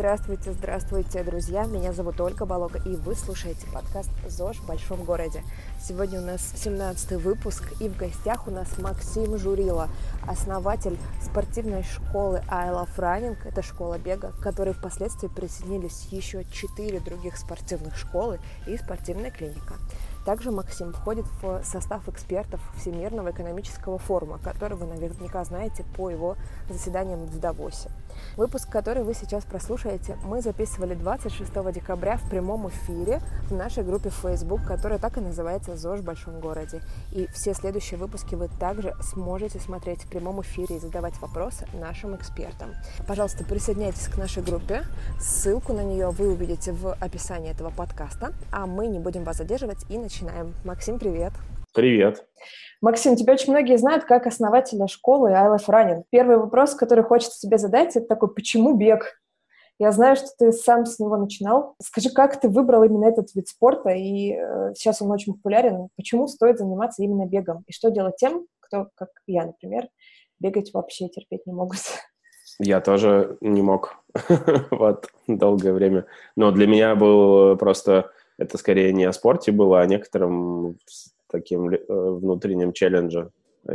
Здравствуйте, здравствуйте, друзья! Меня зовут Ольга Болога, и вы слушаете подкаст «ЗОЖ в большом городе». Сегодня у нас 17-й выпуск, и в гостях у нас Максим Журило, основатель спортивной школы I Love Running, это школа бега, к которой впоследствии присоединились еще 4 других спортивных школы и спортивная клиника. Также Максим входит в состав экспертов Всемирного экономического форума, который вы наверняка знаете по его заседаниям в Давосе. Выпуск, который вы сейчас прослушаете, мы записывали 26 декабря в прямом эфире в нашей группе в Facebook, которая так и называется «ЗОЖ в большом городе». И все следующие выпуски вы также сможете смотреть в прямом эфире и задавать вопросы нашим экспертам. Пожалуйста, присоединяйтесь к нашей группе. Ссылку на нее вы увидите в описании этого подкаста. А мы не будем вас задерживать и начинаем. Максим, привет! Привет! Максим, тебя очень многие знают как основателя школы I Love Running. Первый вопрос, который хочется тебе задать, это такой: почему бег? Я знаю, что ты сам с него начинал. Скажи, как ты выбрал именно этот вид спорта, и сейчас он очень популярен. Почему стоит заниматься именно бегом? И что делать тем, кто, как я, например, бегать вообще терпеть не могут? Я тоже не мог вот долгое время. Но для меня был просто... Это скорее не о спорте было, а о некотором таким внутреннем челлендже.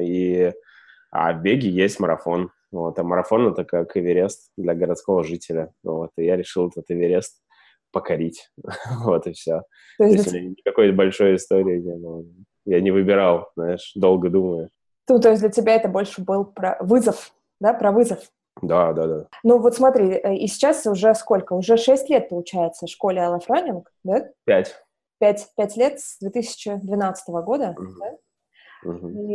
А в беге есть марафон. Вот. А марафон — это как Эверест для городского жителя. Вот. И я решил этот Эверест покорить. Вот и все. То есть у меня никакой большой истории не было. Я не выбирал, знаешь, долго думая. То есть для тебя это больше был про вызов, да, про вызов? Да. Ну вот смотри, и сейчас уже сколько? Уже 6 лет, получается, школе I Love Running, да? 5. 5 лет с 2012 года, да?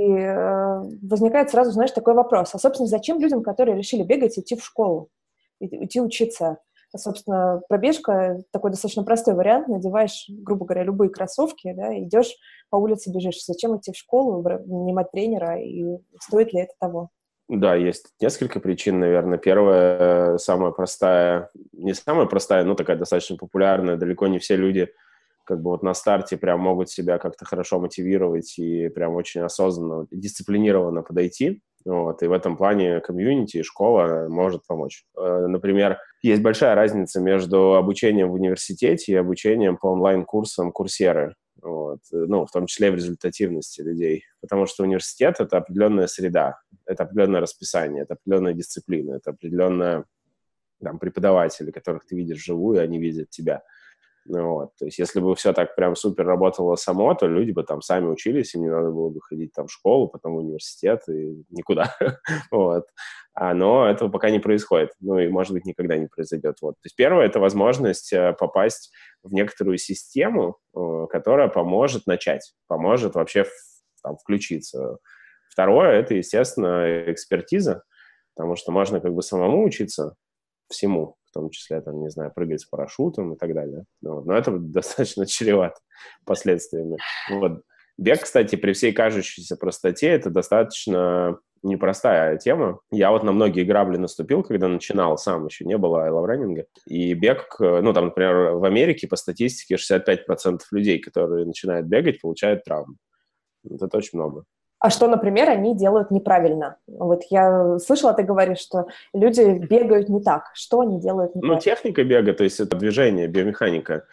И возникает сразу, знаешь, такой вопрос. А, собственно, зачем людям, которые решили бегать, идти в школу, идти учиться? Собственно, пробежка — такой достаточно простой вариант. Надеваешь, грубо говоря, любые кроссовки, да, идешь по улице, бежишь. Зачем идти в школу, нанимать тренера, и стоит ли это того? Да, есть несколько причин, наверное. Первая, самая простая, не самая простая, но такая достаточно популярная. Далеко не все люди как бы вот на старте прям могут себя как-то хорошо мотивировать и прям очень осознанно, дисциплинированно подойти. Вот, и в этом плане комьюнити и школа может помочь. Например, есть большая разница между обучением в университете и обучением по онлайн-курсам Курсеры. Вот. Ну, в том числе в результативности людей. Потому что университет — это определенная среда, это определенное расписание, это определенная дисциплина, это определенные там преподаватели, которых ты видишь вживую, и они видят тебя. Вот. То есть если бы все так прям супер работало само, то люди бы там сами учились, им не надо было бы ходить там в школу, потом в университет и никуда. Вот. Но этого пока не происходит. Ну и, может быть, никогда не произойдет. Вот. То есть первое — это возможность попасть в некоторую систему, которая поможет начать, поможет вообще там включиться. Второе — это, естественно, экспертиза, потому что можно как бы самому учиться всему, в том числе, там, не знаю, прыгать с парашютом и так далее. Вот. Но это достаточно чревато последствиями. Вот. Бег, кстати, при всей кажущейся простоте, это достаточно непростая тема. Я вот на многие грабли наступил, когда начинал сам, еще не было I Love Running. И бег, ну, там, например, в Америке по статистике 65% людей, которые начинают бегать, получают травму. Вот это очень много. А что, например, они делают неправильно? Вот я слышала, ты говоришь, что люди бегают не так. Что они делают неправильно? Ну, техника бега, то есть это движение, биомеханика,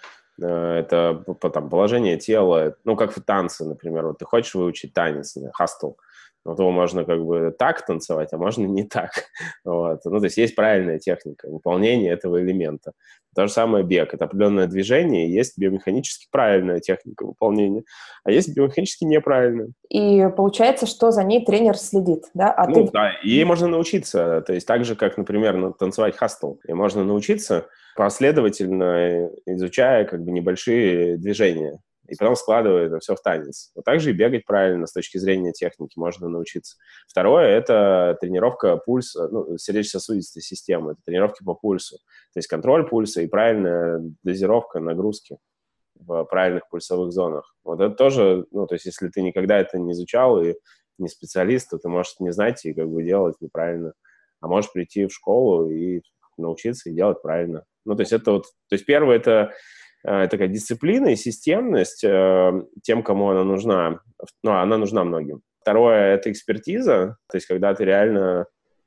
это там, положение тела, ну, как в танце, например. Вот ты хочешь выучить танец, хастл, вот его можно как бы так танцевать, а можно не так. Вот. Ну, то есть правильная техника выполнения этого элемента. То же самое бег. Это определенное движение, и есть биомеханически правильная техника выполнения, а есть биомеханически неправильная. И получается, что за ней тренер следит, да? Да, и ей можно научиться. То есть так же, как, например, танцевать хастл. И можно научиться последовательно, изучая как бы небольшие движения, и потом складывая это все в танец. Вот так же и бегать правильно с точки зрения техники можно научиться. Второе — это тренировка пульса, ну, сердечно-сосудистой системы, это тренировки по пульсу. То есть контроль пульса и правильная дозировка нагрузки в правильных пульсовых зонах. Вот это тоже, ну, то есть если ты никогда это не изучал и не специалист, то ты можешь не знать и как бы делать неправильно. А можешь прийти в школу и научиться и делать правильно. Ну, то есть это вот, то есть первое — это такая дисциплина и системность тем, кому она нужна. Ну, она нужна многим. Второе — это экспертиза, то есть когда ты реально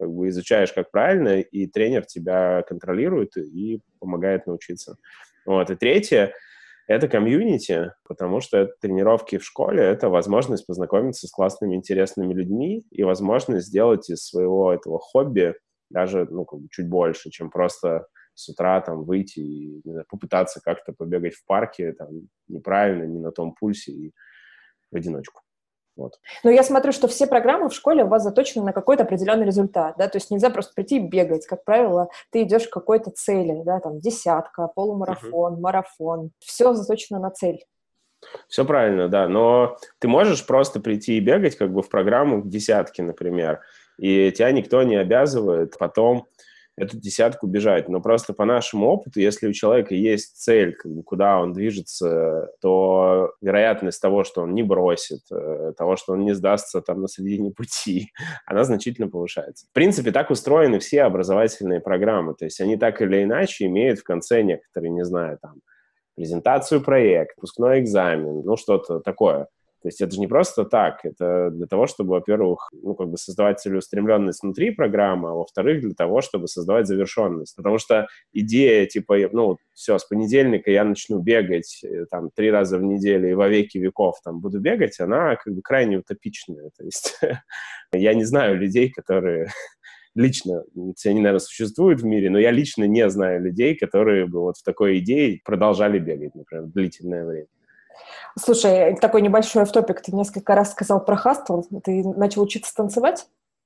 как бы изучаешь, как правильно, и тренер тебя контролирует и помогает научиться. Вот. И третье — это комьюнити, потому что тренировки в школе — это возможность познакомиться с классными, интересными людьми и возможность сделать из своего этого хобби даже, ну, как бы чуть больше, чем просто с утра там выйти и, не знаю, попытаться как-то побегать в парке там неправильно, не на том пульсе и в одиночку. Вот. Но я смотрю, что все программы в школе у вас заточены на какой-то определенный результат, да, то есть нельзя просто прийти и бегать. Как правило, ты идешь к какой-то цели, да, там, 10, полумарафон, марафон. Все заточено на цель. Все правильно, да, но ты можешь просто прийти и бегать как бы в программу к 10, например, и тебя никто не обязывает потом эту 10 бежать. Но просто по нашему опыту, если у человека есть цель, как бы, куда он движется, то вероятность того, что он не бросит, того, что он не сдастся там на середине пути, она значительно повышается. В принципе, так устроены все образовательные программы. То есть они так или иначе имеют в конце некоторые, не знаю, там, презентацию проекта, выпускной экзамен, ну, что-то такое. То есть это же не просто так, это для того, чтобы, во-первых, ну, как бы создавать целеустремленность внутри программы, а во-вторых, для того, чтобы создавать завершенность. Потому что идея, типа, ну, все, с понедельника я начну бегать там 3 раза в неделю и во веки веков там буду бегать, она как бы крайне утопичная. То есть я не знаю людей, которые... Лично, они, наверное, существуют в мире, но я лично не знаю людей, которые бы вот в такой идее продолжали бегать, например, длительное время. Слушай, такой небольшой офф-топик. Ты несколько раз сказал про хастл. Ты начал учиться танцевать?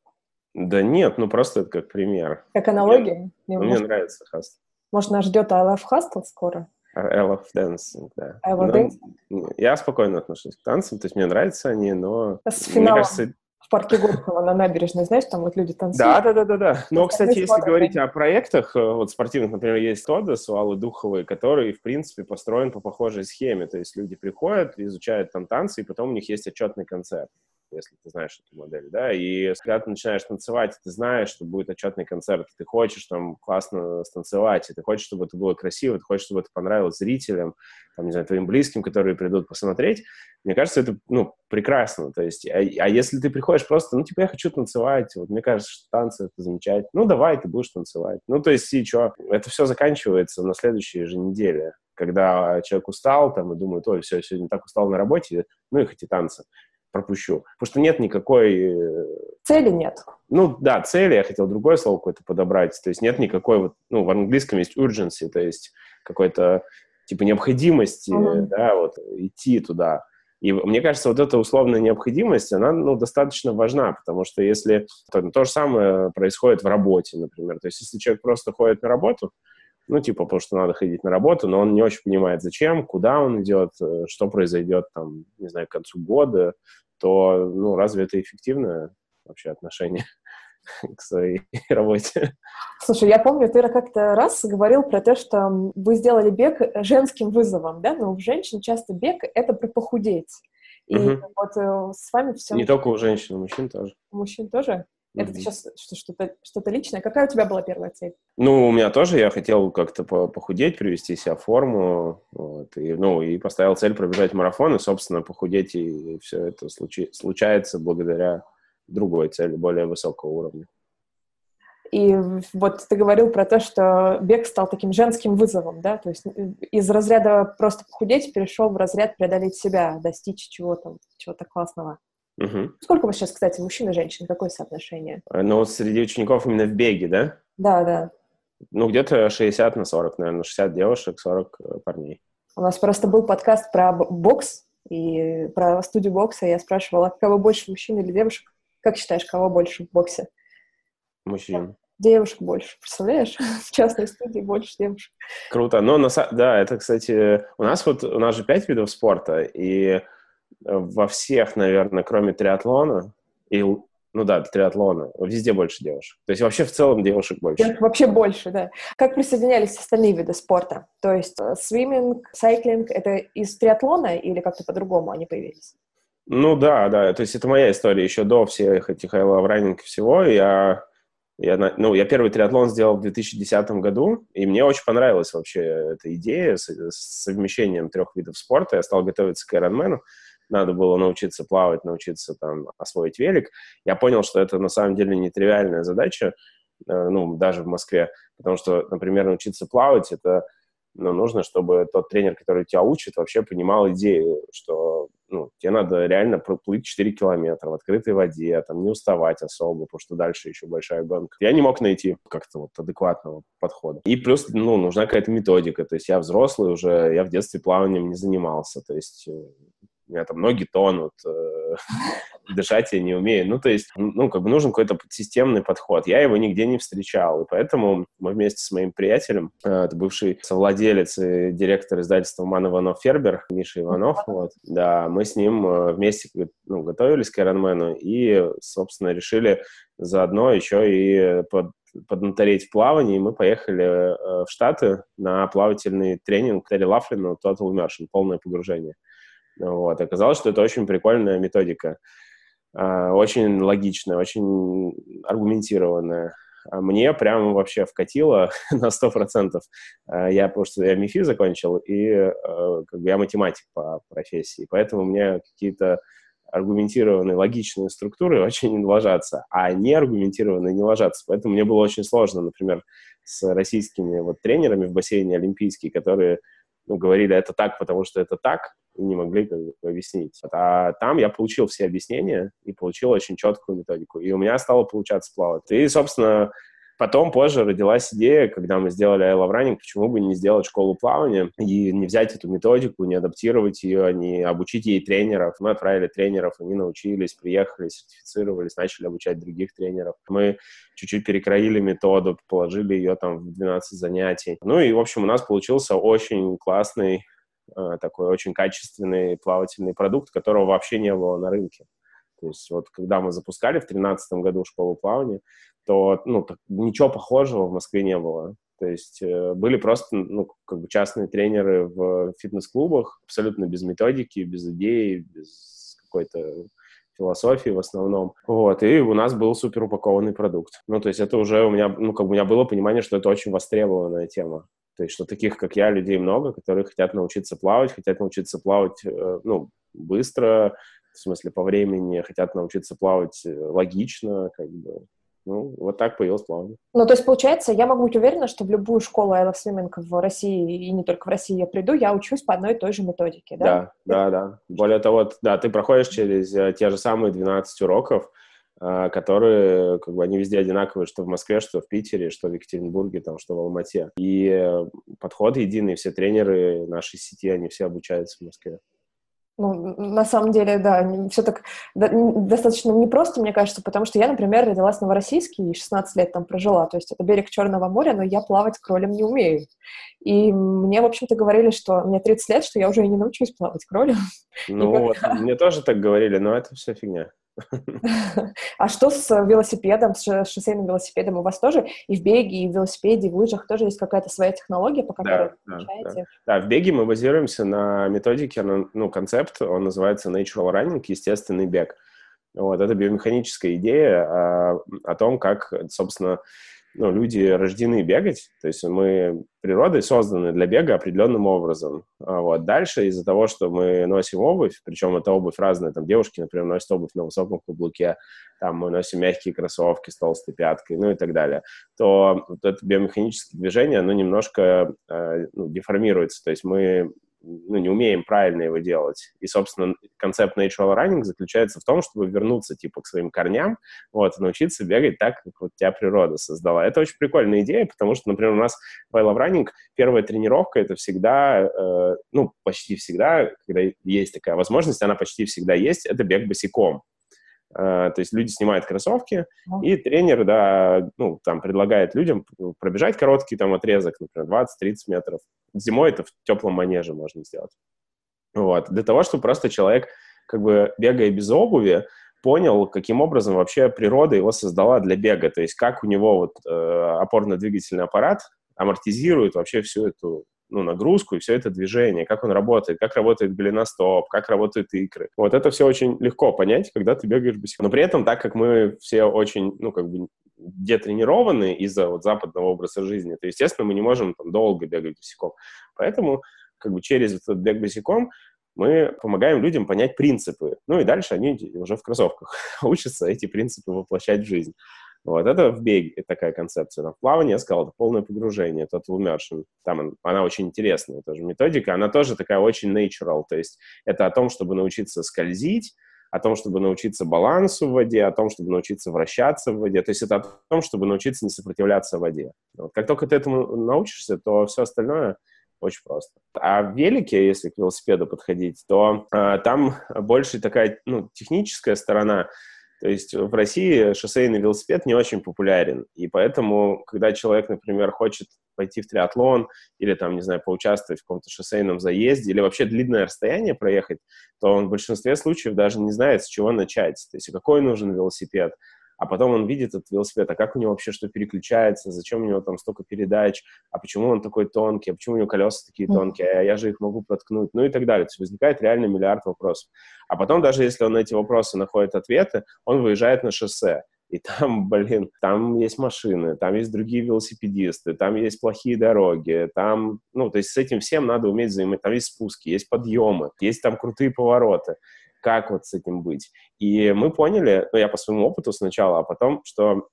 Да нет, ну просто это как пример. Как аналогия? Мне нравится хастл. Может, нас ждет I Love Hustle скоро? I Love Dancing, да. I Love Dancing? Я спокойно отношусь к танцам, то есть мне нравятся они, но... С финалом. Мне кажется... В парке Горького на набережной, знаешь, там вот люди танцуют. Да. Но, кстати, если говорить о проектах, вот спортивных, например, есть Тодос у Аллы Духовой, который, в принципе, построен по похожей схеме. То есть люди приходят, изучают там танцы, и потом у них есть отчетный концерт, если ты знаешь эту модель, да, и когда ты начинаешь танцевать, ты знаешь, что будет отчетный концерт, ты хочешь там классно станцевать, и ты хочешь, чтобы это было красиво, ты хочешь, чтобы это понравилось зрителям, там, не знаю, твоим близким, которые придут посмотреть. Мне кажется, это, ну, прекрасно, то есть, а если ты приходишь просто, ну, типа, я хочу танцевать, вот, мне кажется, что танцы — это замечательно, ну, давай, ты будешь танцевать. Ну, то есть, и что? Это все заканчивается на следующей же неделе, когда человек устал, там, и думает, ой, все, сегодня так устал на работе, ну, их эти танцы пропущу. Потому что нет никакой... Цели нет. Ну, да, цели, я хотел другое слово какое-то подобрать. То есть нет никакой, вот, ну, в английском есть urgency, то есть какой-то, типа, необходимости, да, вот, идти туда. И мне кажется, вот эта условная необходимость, она, ну, достаточно важна, потому что если... То же самое происходит в работе, например. То есть если человек просто ходит на работу, ну, типа, потому что надо ходить на работу, но он не очень понимает, зачем, куда он идет, что произойдет, там, не знаю, к концу года, то, ну, разве это эффективное вообще отношение к своей работе? Слушай, я помню, ты как-то раз говорил про то, что вы сделали бег женским вызовом, да? Но у женщин часто бег — это про похудеть. И вот с вами все... Не только у женщин, у мужчин тоже. У мужчин тоже? Это сейчас что-то личное? Какая у тебя была первая цель? Ну, у меня тоже. Я хотел как-то похудеть, привести себя в форму. Вот, и поставил цель пробежать марафон, и, собственно, похудеть, и все это случается благодаря другой цели, более высокого уровня. И вот ты говорил про то, что бег стал таким женским вызовом, да? То есть из разряда просто похудеть перешел в разряд преодолеть себя, достичь чего-то классного. Сколько у вас сейчас, кстати, мужчин и женщин? Какое соотношение? Ну, вот среди учеников именно в беге, да? Да. Ну, где-то 60/40, наверное. 60 девушек, 40 парней. У нас просто был подкаст про бокс и про студию бокса. Я спрашивала, кого больше, мужчин или девушек? Как считаешь, кого больше в боксе? Мужчин. Девушек больше, представляешь? В частной студии больше девушек. Круто. Но, да, это, кстати, у нас же 5 видов спорта, и во всех, наверное, кроме триатлона, триатлона, везде больше девушек. То есть вообще в целом девушек больше. Вообще больше, да. Как присоединялись остальные виды спорта? То есть свиминг, сайклинг — это из триатлона или как-то по-другому они появились? Ну да. То есть это моя история еще до всех этих I Love Running и всего. Я первый триатлон сделал в 2010 году, и мне очень понравилась вообще эта идея с совмещением 3 видов спорта. Я стал готовиться к Ironman'у. надо было научиться плавать, научиться там освоить велик, я понял, что это на самом деле нетривиальная задача, ну, даже в Москве, потому что, например, научиться плавать, это, ну, нужно, чтобы тот тренер, который тебя учит, вообще понимал идею, что, ну, тебе надо реально проплыть 4 километра в открытой воде, там, не уставать особо, потому что дальше еще большая гонка. Я не мог найти как-то вот адекватного подхода. И плюс, ну, нужна какая-то методика, то есть я взрослый уже, я в детстве плаванием не занимался, то есть у меня там ноги тонут, дышать я не умею. Ну, то есть, ну, как бы нужен какой-то системный подход. Я его нигде не встречал, и поэтому мы вместе с моим приятелем, это бывший совладелец и директор издательства «Ман Иванов Фербер», Миша Иванов, вот, да, мы с ним вместе, ну, готовились к Ironman и, собственно, решили заодно еще и поднатореть в плавании, и мы поехали в Штаты на плавательный тренинг Терри Лафлина Total Immersion, полное погружение. Вот. Оказалось, что это очень прикольная методика, очень логичная, очень аргументированная. Мне прямо вообще вкатило на 100%. Потому что я МИФИ закончил, и как бы я математик по профессии, поэтому мне какие-то аргументированные, логичные структуры очень ложатся, а неаргументированные не ложатся. Поэтому мне было очень сложно, например, с российскими вот тренерами в бассейне олимпийские, которые, ну, говорили, это так, потому что это так, и не могли как бы объяснить. А там я получил все объяснения и получил очень четкую методику. И у меня стало получаться плавать. И, собственно, потом, позже родилась идея, когда мы сделали I Love Running, почему бы не сделать школу плавания и не взять эту методику, не адаптировать ее, не обучить ей тренеров. Мы отправили тренеров, они научились, приехали, сертифицировались, начали обучать других тренеров. Мы чуть-чуть перекроили методу, положили ее там в 12 занятий. Ну и, в общем, у нас получился очень классный, такой очень качественный плавательный продукт, которого вообще не было на рынке. То есть вот когда мы запускали в 2013 году школу плавания, то, ну, ничего похожего в Москве не было. То есть были просто, ну, как бы частные тренеры в фитнес-клубах, абсолютно без методики, без идей, без какой-то философии в основном. Вот, и у нас был супер упакованный продукт. Ну, то есть это уже у меня, ну, как бы у меня было понимание, что это очень востребованная тема. То есть, что таких, как я, людей много, которые хотят научиться плавать, ну, быстро, в смысле, по времени, хотят научиться плавать логично, как бы. Ну, вот так появилось плавание. Ну, то есть, получается, я могу быть уверена, что в любую школу I Love Swimming в России, и не только в России, я приду, я учусь по одной и той же методике, да? Да. Более того, да, ты проходишь через те же самые 12 уроков, которые, как бы, они везде одинаковые, что в Москве, что в Питере, что в Екатеринбурге, там, что в Алмате. И подход единый, все тренеры нашей сети, они все обучаются в Москве. Ну, на самом деле, да, все так достаточно непросто, мне кажется, потому что я, например, родилась в Новороссийске и 16 лет там прожила, то есть это берег Черного моря, но я плавать кролем не умею. И мне, в общем-то, говорили, что мне 30 лет, что я уже и не научусь плавать кролем. Ну вот, мне тоже так говорили, но это все фигня. А что с велосипедом, с шоссейным велосипедом? У вас тоже и в беге, и в велосипеде, и в лыжах тоже есть какая-то своя технология, по которой вы обучаете? Да, в беге мы базируемся на методике, ну, концепт, он называется natural running, естественный бег. Вот, это биомеханическая идея о том, как, собственно, ну, люди рождены бегать, то есть мы природой созданы для бега определенным образом. Вот. Дальше из-за того, что мы носим обувь, причем это обувь разная, там девушки, например, носят обувь на высоком каблуке, там мы носим мягкие кроссовки с толстой пяткой, ну и так далее, то вот это биомеханическое движение, оно немножко деформируется, то есть мы не умеем правильно его делать. И, собственно, концепт natural running заключается в том, чтобы вернуться, типа, к своим корням, вот, и научиться бегать так, как вот тебя природа создала. Это очень прикольная идея, потому что, например, у нас в I Love Running первая тренировка — это всегда, почти всегда, когда есть такая возможность, она почти всегда есть, это бег босиком. То есть люди снимают кроссовки, и тренер, да, ну, там, предлагает людям пробежать короткий там отрезок, например, 20-30 метров. Зимой это в теплом манеже можно сделать. Вот. Для того, чтобы просто человек, как бы, бегая без обуви, понял, каким образом вообще природа его создала для бега. То есть как у него вот опорно-двигательный аппарат амортизирует вообще всю эту, ну, нагрузку и все это движение, как он работает, как работает голеностоп, как работают икры. Вот это все очень легко понять, когда ты бегаешь босиком. Но при этом, так как мы все очень, ну, как бы детренированы из-за вот западного образа жизни, то, естественно, мы не можем там долго бегать босиком. Поэтому, как бы, через этот бег босиком мы помогаем людям понять принципы. Ну и дальше они уже в кроссовках учатся эти принципы воплощать в жизнь. Вот, это в беге такая концепция. Но в плавании, я сказал, это полное погружение, total immersion. Там она очень интересная тоже методика, она тоже такая очень natural, то есть это о том, чтобы научиться скользить, о том, чтобы научиться балансу в воде, о том, чтобы научиться вращаться в воде, то есть это о том, чтобы научиться не сопротивляться воде. Вот. Как только ты этому научишься, то все остальное очень просто. А в велике, если к велосипеду подходить, то там больше такая техническая сторона. То есть в России шоссейный велосипед не очень популярен, и поэтому, когда человек, например, хочет пойти в триатлон или, там, не знаю, поучаствовать в каком-то шоссейном заезде или вообще длинное расстояние проехать, то он в большинстве случаев даже не знает, с чего начать. То есть какой нужен велосипед. А потом он видит этот велосипед, а как у него вообще что переключается, зачем у него там столько передач, а почему он такой тонкий, а почему у него колеса такие тонкие, а я же их могу проткнуть, ну и так далее. То есть возникает реально миллиард вопросов. А потом, даже если он на эти вопросы находит ответы, он выезжает на шоссе. И там, там есть машины, там есть другие велосипедисты, там есть плохие дороги, там, то есть с этим всем надо уметь взаимодействовать. Там есть спуски, есть подъемы, есть там крутые повороты. Как вот с этим быть? И мы поняли, я по своему опыту сначала, а потом, что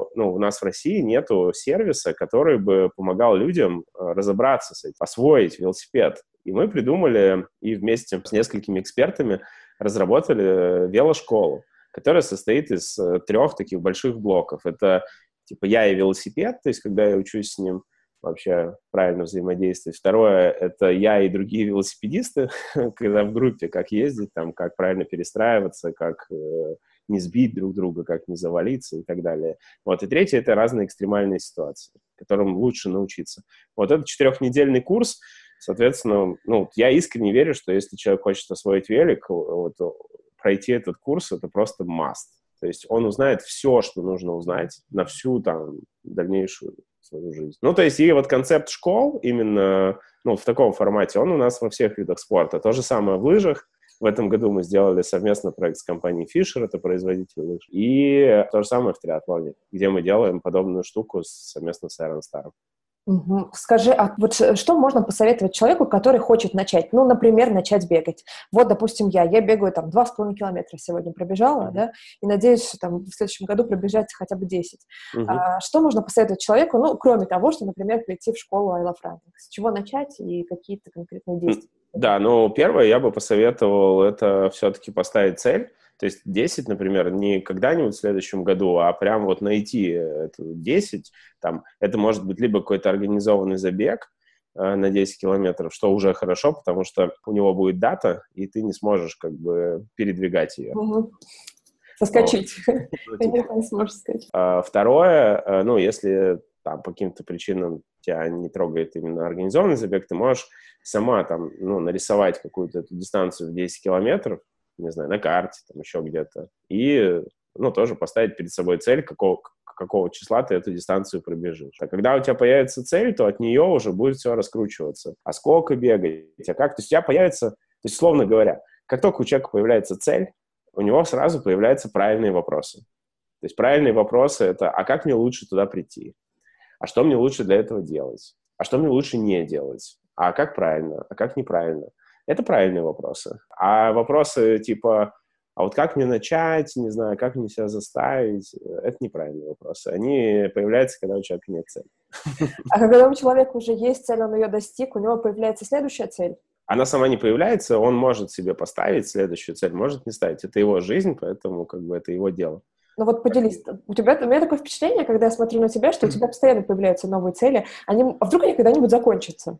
у нас в России нету сервиса, который бы помогал людям разобраться с этим, освоить велосипед. И мы придумали и вместе с несколькими экспертами разработали велошколу, которая состоит из 3 таких больших блоков. Это типа я и велосипед, то есть когда я учусь с ним вообще правильно взаимодействовать. Второе — это я и другие велосипедисты, когда в группе, как ездить, там, как правильно перестраиваться, как не сбить друг друга, как не завалиться и так далее. Вот. И третье — это разные экстремальные ситуации, которым лучше научиться. Вот этот 4-недельный курс, соответственно, я искренне верю, что если человек хочет освоить велик, пройти этот курс — это просто must. То есть он узнает все, что нужно узнать на всю там дальнейшую свою жизнь. То есть и вот концепт школ именно, в таком формате, он у нас во всех видах спорта. То же самое в лыжах. В этом году мы сделали совместно проект с компанией Fisher, это производитель лыж. И то же самое в триатлоне, где мы делаем подобную штуку совместно с Iron Star. Угу. Скажи, а вот что можно посоветовать человеку, который хочет начать? Например, начать бегать. Вот, допустим, я бегаю там 2,5 километра сегодня пробежала, да, и надеюсь, что там в следующем году пробежать хотя бы 10. Что можно посоветовать человеку, кроме того, что, например, прийти в школу I Love Running? С чего начать и какие-то конкретные действия? Да, первое я бы посоветовал это все-таки поставить цель. То есть 10, например, не когда-нибудь в следующем году, а прям вот найти эту 10. Там, это может быть либо какой-то организованный забег на 10 километров, что уже хорошо, потому что у него будет дата, и ты не сможешь как бы передвигать ее. Соскочить. Конечно, не сможешь соскочить. Второе, если там по каким-то причинам тебя не трогает именно организованный забег, ты можешь сама там, нарисовать какую-то эту дистанцию в 10 километров, не знаю, на карте, там еще где-то, и, тоже поставить перед собой цель, какого числа ты эту дистанцию пробежишь. А когда у тебя появится цель, то от нее уже будет все раскручиваться. А сколько бегать, а как? То есть у тебя появится, то есть, условно говоря, как только у человека появляется цель, у него сразу появляются правильные вопросы. То есть правильные вопросы — это, а как мне лучше туда прийти? А что мне лучше для этого делать? А что мне лучше не делать? А как правильно? А как неправильно? Это правильные вопросы. А вопросы типа, а вот как мне начать, не знаю, как мне себя заставить, это неправильные вопросы. Они появляются, когда у человека нет цели. А когда у человека уже есть цель, он ее достиг, у него появляется следующая цель? Она сама не появляется, он может себе поставить следующую цель, может не ставить. Это его жизнь, поэтому как бы это его дело. Вот поделись. У меня такое впечатление, когда я смотрю на тебя, что у тебя постоянно появляются новые цели. А вдруг они когда-нибудь закончатся?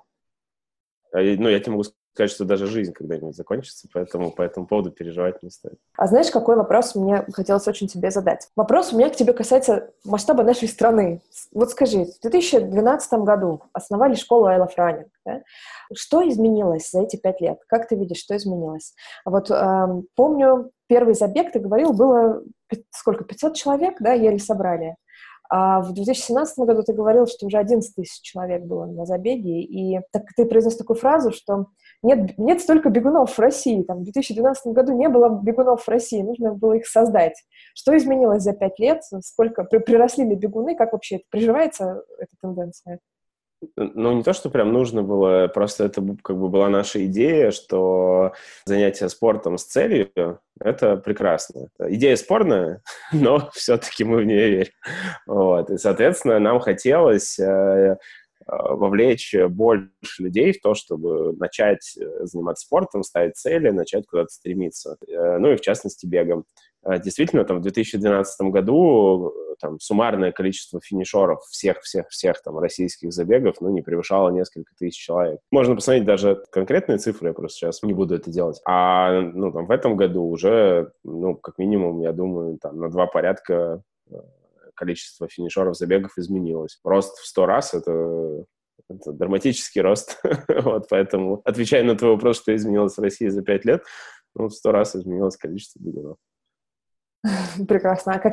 Я тебе могу сказать, что даже жизнь когда-нибудь закончится, поэтому по этому поводу переживать не стоит. А знаешь, какой вопрос мне хотелось очень тебе задать? Вопрос у меня к тебе касается масштаба нашей страны. Вот скажи, в 2012 году основали школу I Love Running. Да? Что изменилось за эти 5 лет? Как ты видишь, что изменилось? Вот помню, первый забег, ты говорил, было 500 человек, да, еле собрали. А в 2017 году ты говорил, что уже 11 тысяч человек было на забеге, и ты произнес такую фразу, что нет столько бегунов в России. Там, в 2012 году не было бегунов в России, нужно было их создать. Что изменилось за 5 лет? Сколько приросли ли бегуны? Как вообще это приживается, эта тенденция? Ну, не то, что прям нужно было, просто это как бы была наша идея, что занятие спортом с целью — это прекрасно. Идея спорная, но все-таки мы в нее верим. Вот. И, соответственно, нам хотелось вовлечь больше людей в то, чтобы начать заниматься спортом, ставить цели, начать куда-то стремиться. Ну и, в частности, бегом. Действительно, там в 2012 году там суммарное количество финишеров всех там российских забегов, ну, не превышало несколько тысяч человек. Можно посмотреть даже конкретные цифры, я просто сейчас не буду это делать. А, ну, там в этом году уже, ну, как минимум, я думаю, там на 2 порядка количество финишеров забегов изменилось. Рост в 100 раз — это драматический рост. Вот, поэтому, отвечая на твой вопрос, что изменилось в России за 5 лет, ну, в 100 раз изменилось количество бегунов. Прекрасно. А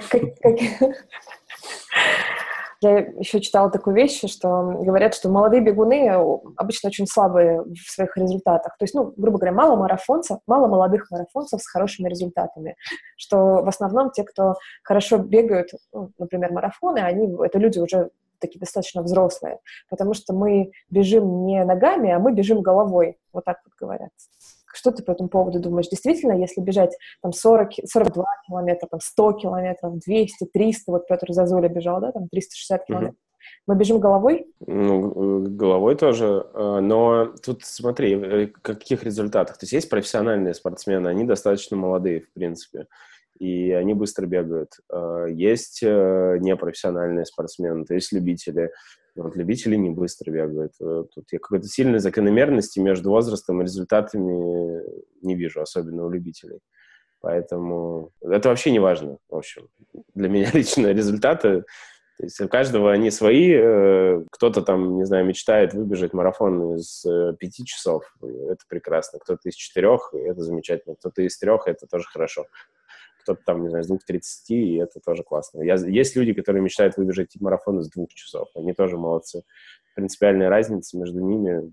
Я еще читала такую вещь, что говорят, что молодые бегуны обычно очень слабые в своих результатах. То есть, ну, грубо говоря, мало молодых марафонцев с хорошими результатами. Что в основном те, кто хорошо бегают, ну, например, марафоны, это люди уже такие достаточно взрослые. Потому что мы бежим не ногами, а мы бежим головой. Вот так вот говорят. Что ты по этому поводу думаешь? Действительно, если бежать там 42 километра, там 100 километров, 200, 300, вот Петр Зазуля бежал, да, там 360 километров, мы бежим головой? Ну, головой тоже, но тут смотри, в каких результатах. То есть профессиональные спортсмены, они достаточно молодые, в принципе, и они быстро бегают. Есть непрофессиональные спортсмены, то есть любители. Вот любители не быстро бегают. Тут я какой-то сильной закономерности между возрастом и результатами не вижу, особенно у любителей. Поэтому это вообще не важно, в общем. Для меня лично результаты, то есть у каждого они свои. Кто-то там, не знаю, мечтает выбежать марафон из 5 часов. Это прекрасно. Кто-то из 4, это замечательно. Кто-то из 3, это тоже хорошо. Кто-то там, не знаю, с 2:30, и это тоже классно. Есть люди, которые мечтают выбежать марафон из 2 часов. Они тоже молодцы. Принципиальной разницы между ними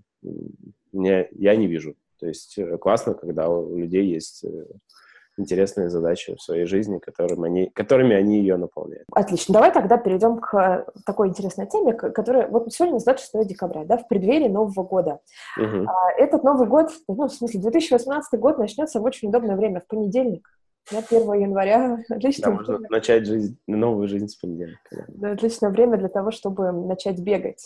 я не вижу. То есть классно, когда у людей есть интересные задачи в своей жизни, которыми они ее наполняют. Отлично. Давай тогда перейдем к такой интересной теме, которая... Вот сегодня 26 декабря, да, в преддверии Нового года. Угу. Этот Новый год, ну, в смысле, 2018 год начнется в очень удобное время, в понедельник. На 1 января. Отлично. Да, можно начать новую жизнь с понедельника. Да, отличное время для того, чтобы начать бегать.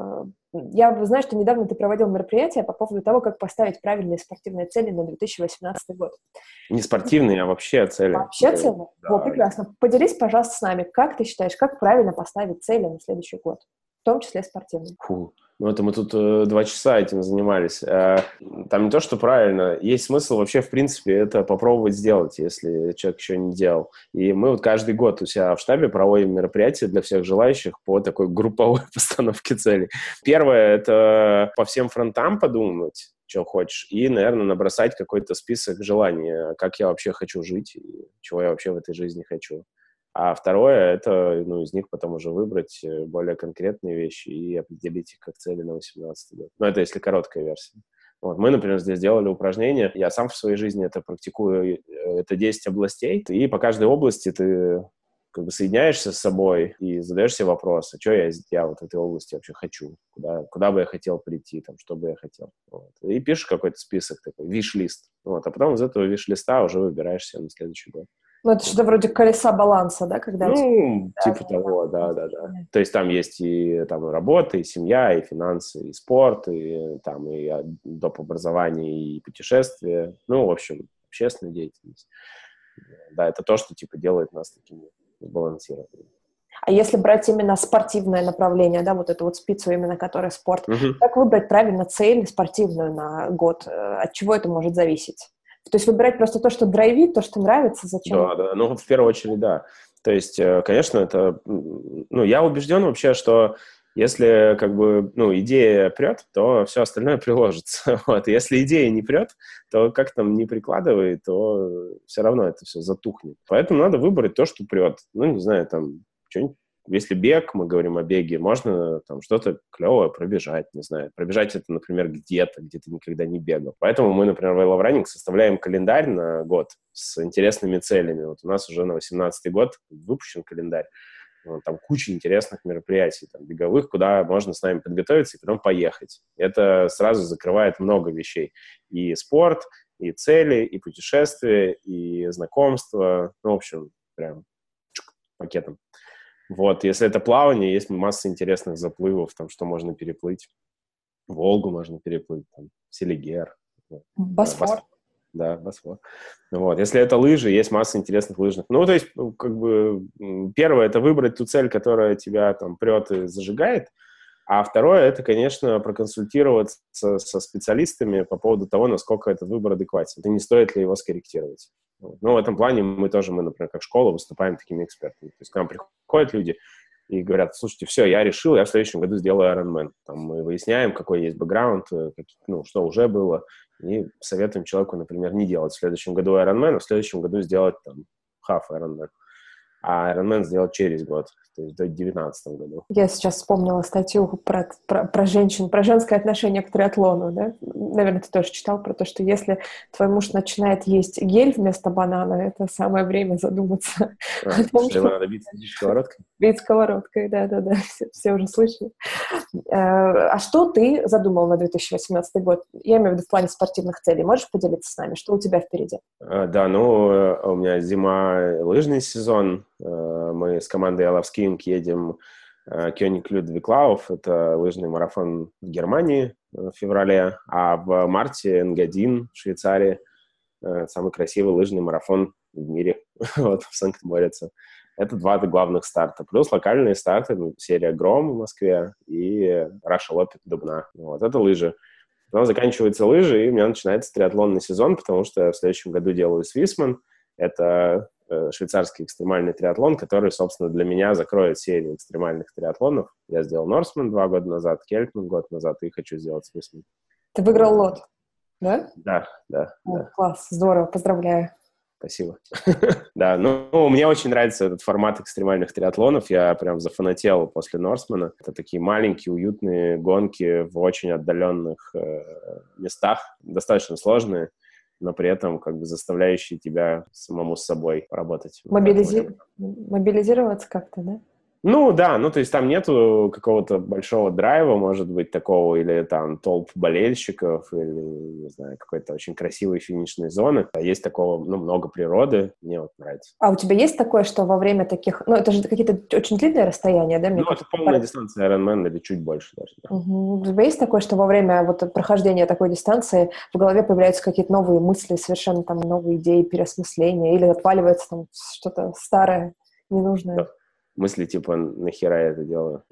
Я знаю, что недавно ты проводил мероприятие по поводу того, как поставить правильные спортивные цели на 2018 год. Не спортивные, а вообще цели. Вообще цели? Да. О, прекрасно. Поделись, пожалуйста, с нами, как ты считаешь, как правильно поставить цели на следующий год, в том числе спортивные? Ну, это мы тут 2 часа этим занимались. Там не то, что правильно. Есть смысл вообще, в принципе, это попробовать сделать, если человек еще не делал. И мы вот каждый год у себя в штабе проводим мероприятия для всех желающих по такой групповой постановке целей. Первое — это по всем фронтам подумать, что хочешь, и, наверное, набросать какой-то список желаний, как я вообще хочу жить, и чего я вообще в этой жизни хочу. А второе — это, ну, из них потом уже выбрать более конкретные вещи и определить их как цели на 2018 год. Ну, это если короткая версия. Вот. Мы, например, здесь делали упражнение. Я сам в своей жизни это практикую. Это 10 областей. И по каждой области ты как бы соединяешься с собой и задаешь себе вопрос, а что я вот в этой области вообще хочу? Куда бы я хотел прийти? Там, что бы я хотел? Вот. И пишешь какой-то список такой, виш-лист. Вот. А потом из этого виш-листа уже выбираешь себе на следующий год. Ну, это что-то вроде колеса баланса, да? Когда типа того, да. То есть там есть и там и работа, и семья, и финансы, и спорт, и там и доп. Образование, и путешествия. Ну, в общем, общественная деятельность. Да, это то, что типа делает нас такими сбалансированными. А если брать именно спортивное направление, да, вот эту вот спицу, именно которая спорт, как выбрать правильно цель спортивную на год? От чего это может зависеть? То есть выбирать просто то, что драйвит, то, что нравится, зачем? Да, ну, в первую очередь, да. То есть, конечно, это... Ну, я убежден вообще, что если, как бы, ну, идея прет, то все остальное приложится. Вот. Если идея не прет, то как там не прикладывай, то все равно это все затухнет. Поэтому надо выбрать то, что прет. Ну, не знаю, там, что-нибудь. Если бег, мы говорим о беге, можно там что-то клевое пробежать, не знаю. Пробежать это, например, где-то, где ты никогда не бегал. Поэтому мы, например, в I Love Running составляем календарь на год с интересными целями. Вот у нас уже на 18-й год выпущен календарь. Там куча интересных мероприятий, там, беговых, куда можно с нами подготовиться и потом поехать. Это сразу закрывает много вещей. И спорт, и цели, и путешествия, и знакомства. Ну, в общем, прям пакетом. Вот, если это плавание, есть масса интересных заплывов, там, что можно переплыть. Волгу можно переплыть, там, Селигер. Босфор. Да, Босфор. Вот. Если это лыжи, есть масса интересных лыжных. Ну, то есть, как бы, первое — это выбрать ту цель, которая тебя там прет и зажигает, а второе — это, конечно, проконсультироваться со специалистами по поводу того, насколько этот выбор адекватен, и не стоит ли его скорректировать. Ну, в этом плане мы, например, как школа, выступаем такими экспертами. То есть к нам приходят люди и говорят: слушайте, все, я решил, я в следующем году сделаю Ironman. Там мы выясняем, какой есть бэкграунд, что уже было, и советуем человеку, например, не делать в следующем году Ironman, а в следующем году сделать там half Ironman. А Ironman сделать через год, то есть до 2019 году. Я сейчас вспомнила статью про женщин, про женское отношение к триатлону, да? Наверное, ты тоже читал про то, что если твой муж начинает есть гель вместо банана, это самое время задуматься о том, что его надо бить сковородкой? Бить сковородкой, да-да-да, все уже слышали. А что ты задумал на 2018 год? Я имею в виду в плане спортивных целей. Можешь поделиться с нами? Что у тебя впереди? Да, у меня зима, лыжный сезон. Мы с командой I Love Skiing едем Кёник Людвиглауф. Это лыжный марафон в Германии в феврале. А в марте Энгадин в Швейцарии. Самый красивый лыжный марафон в мире. Вот, в Санкт-Морице. Это 2 главных старта. Плюс локальные старты, серия Гром в Москве и Russia Lopet Дубна. Вот, это лыжи. Потом заканчиваются лыжи, и у меня начинается триатлонный сезон, потому что я в следующем году делаю Swissman. Это швейцарский экстремальный триатлон, который, собственно, для меня закроет серию экстремальных триатлонов. Я сделал Norseman 2 года назад, Keltman год назад, и хочу сделать Swissman. Ты выиграл лот, да? Да. Класс, здорово, поздравляю. Спасибо. Да, мне очень нравится этот формат экстремальных триатлонов. Я прям зафанател после Норсмана. Это такие маленькие, уютные гонки в очень отдаленных местах, достаточно сложные, но при этом как бы заставляющие тебя самому с собой поработать. Мобилизироваться как-то, да? То есть там нету какого-то большого драйва, может быть, такого, или там толп болельщиков, или, не знаю, какой-то очень красивой финишной зоны. А есть такого, много природы, мне вот нравится. А у тебя есть такое, что во время таких, это же какие-то очень длинные расстояния, да? Это полная дистанция Ironman или чуть больше даже. Да. У тебя есть такое, что во время прохождения такой дистанции в голове появляются какие-то новые мысли, совершенно там новые идеи, переосмысления, или отваливается там что-то старое, ненужное? Да. Мысли типа: нахера я это делаю?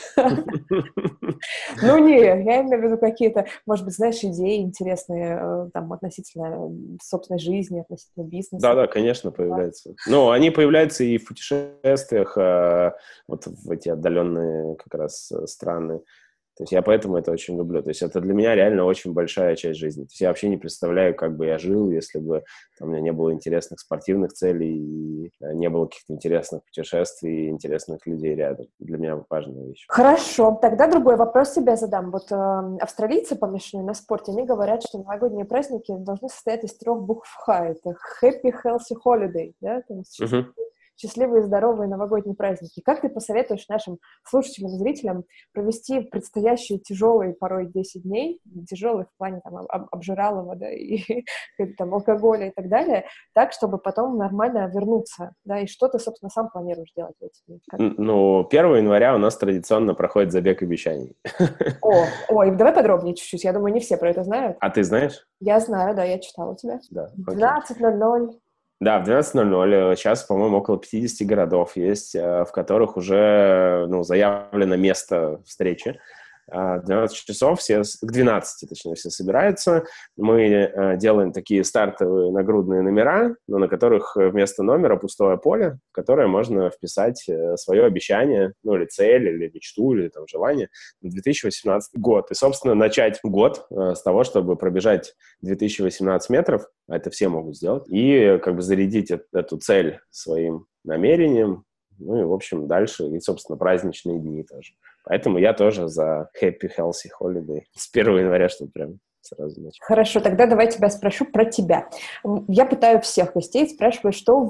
Я имею в виду какие-то, может быть, знаешь, идеи интересные там относительно собственной жизни, относительно бизнеса. Да, конечно, появляются. Они появляются и в путешествиях, вот в эти отдаленные как раз страны. То есть я поэтому это очень люблю. То есть это для меня реально очень большая часть жизни. То есть я вообще не представляю, как бы я жил, если бы у меня не было интересных спортивных целей, и не было каких-то интересных путешествий, интересных людей рядом. Для меня важная вещь. Хорошо. Тогда другой вопрос себе задам. Вот австралийцы, помешанные на спорте, они говорят, что новогодние праздники должны состоять из 3 букв Х. Это Happy, Healthy, Holiday. Да? То есть счастливые, здоровые новогодние праздники. Как ты посоветуешь нашим слушателям, зрителям провести предстоящие тяжелые порой 10 дней, тяжелые в плане там обжиралова, да, и там алкоголя и так далее, так, чтобы потом нормально вернуться, да, и что ты, собственно, сам планируешь делать в эти дни? 1 января у нас традиционно проходит забег обещаний. И давай подробнее чуть-чуть, я думаю, не все про это знают. А ты знаешь? Я знаю, да, я читала у тебя. Да. 12:00. Да, в 12:00. Сейчас, по-моему, около 50 городов есть, в которых уже заявлено место встречи. В 12 часов к 12, точнее, все собираются. Мы делаем такие стартовые нагрудные номера, на которых вместо номера пустое поле, в которое можно вписать свое обещание, или цель, или мечту, или там желание на 2018 год. И, собственно, начать год с того, чтобы пробежать 2018 метров, а это все могут сделать, и как бы зарядить эту цель своим намерением, и, в общем, дальше, и, собственно, праздничные дни тоже. Поэтому я тоже за Happy, Healthy Holiday с 1 января, чтобы прям сразу начать. Хорошо, тогда давай тебя спрошу про тебя. Я пытаю всех гостей, спрашиваю, что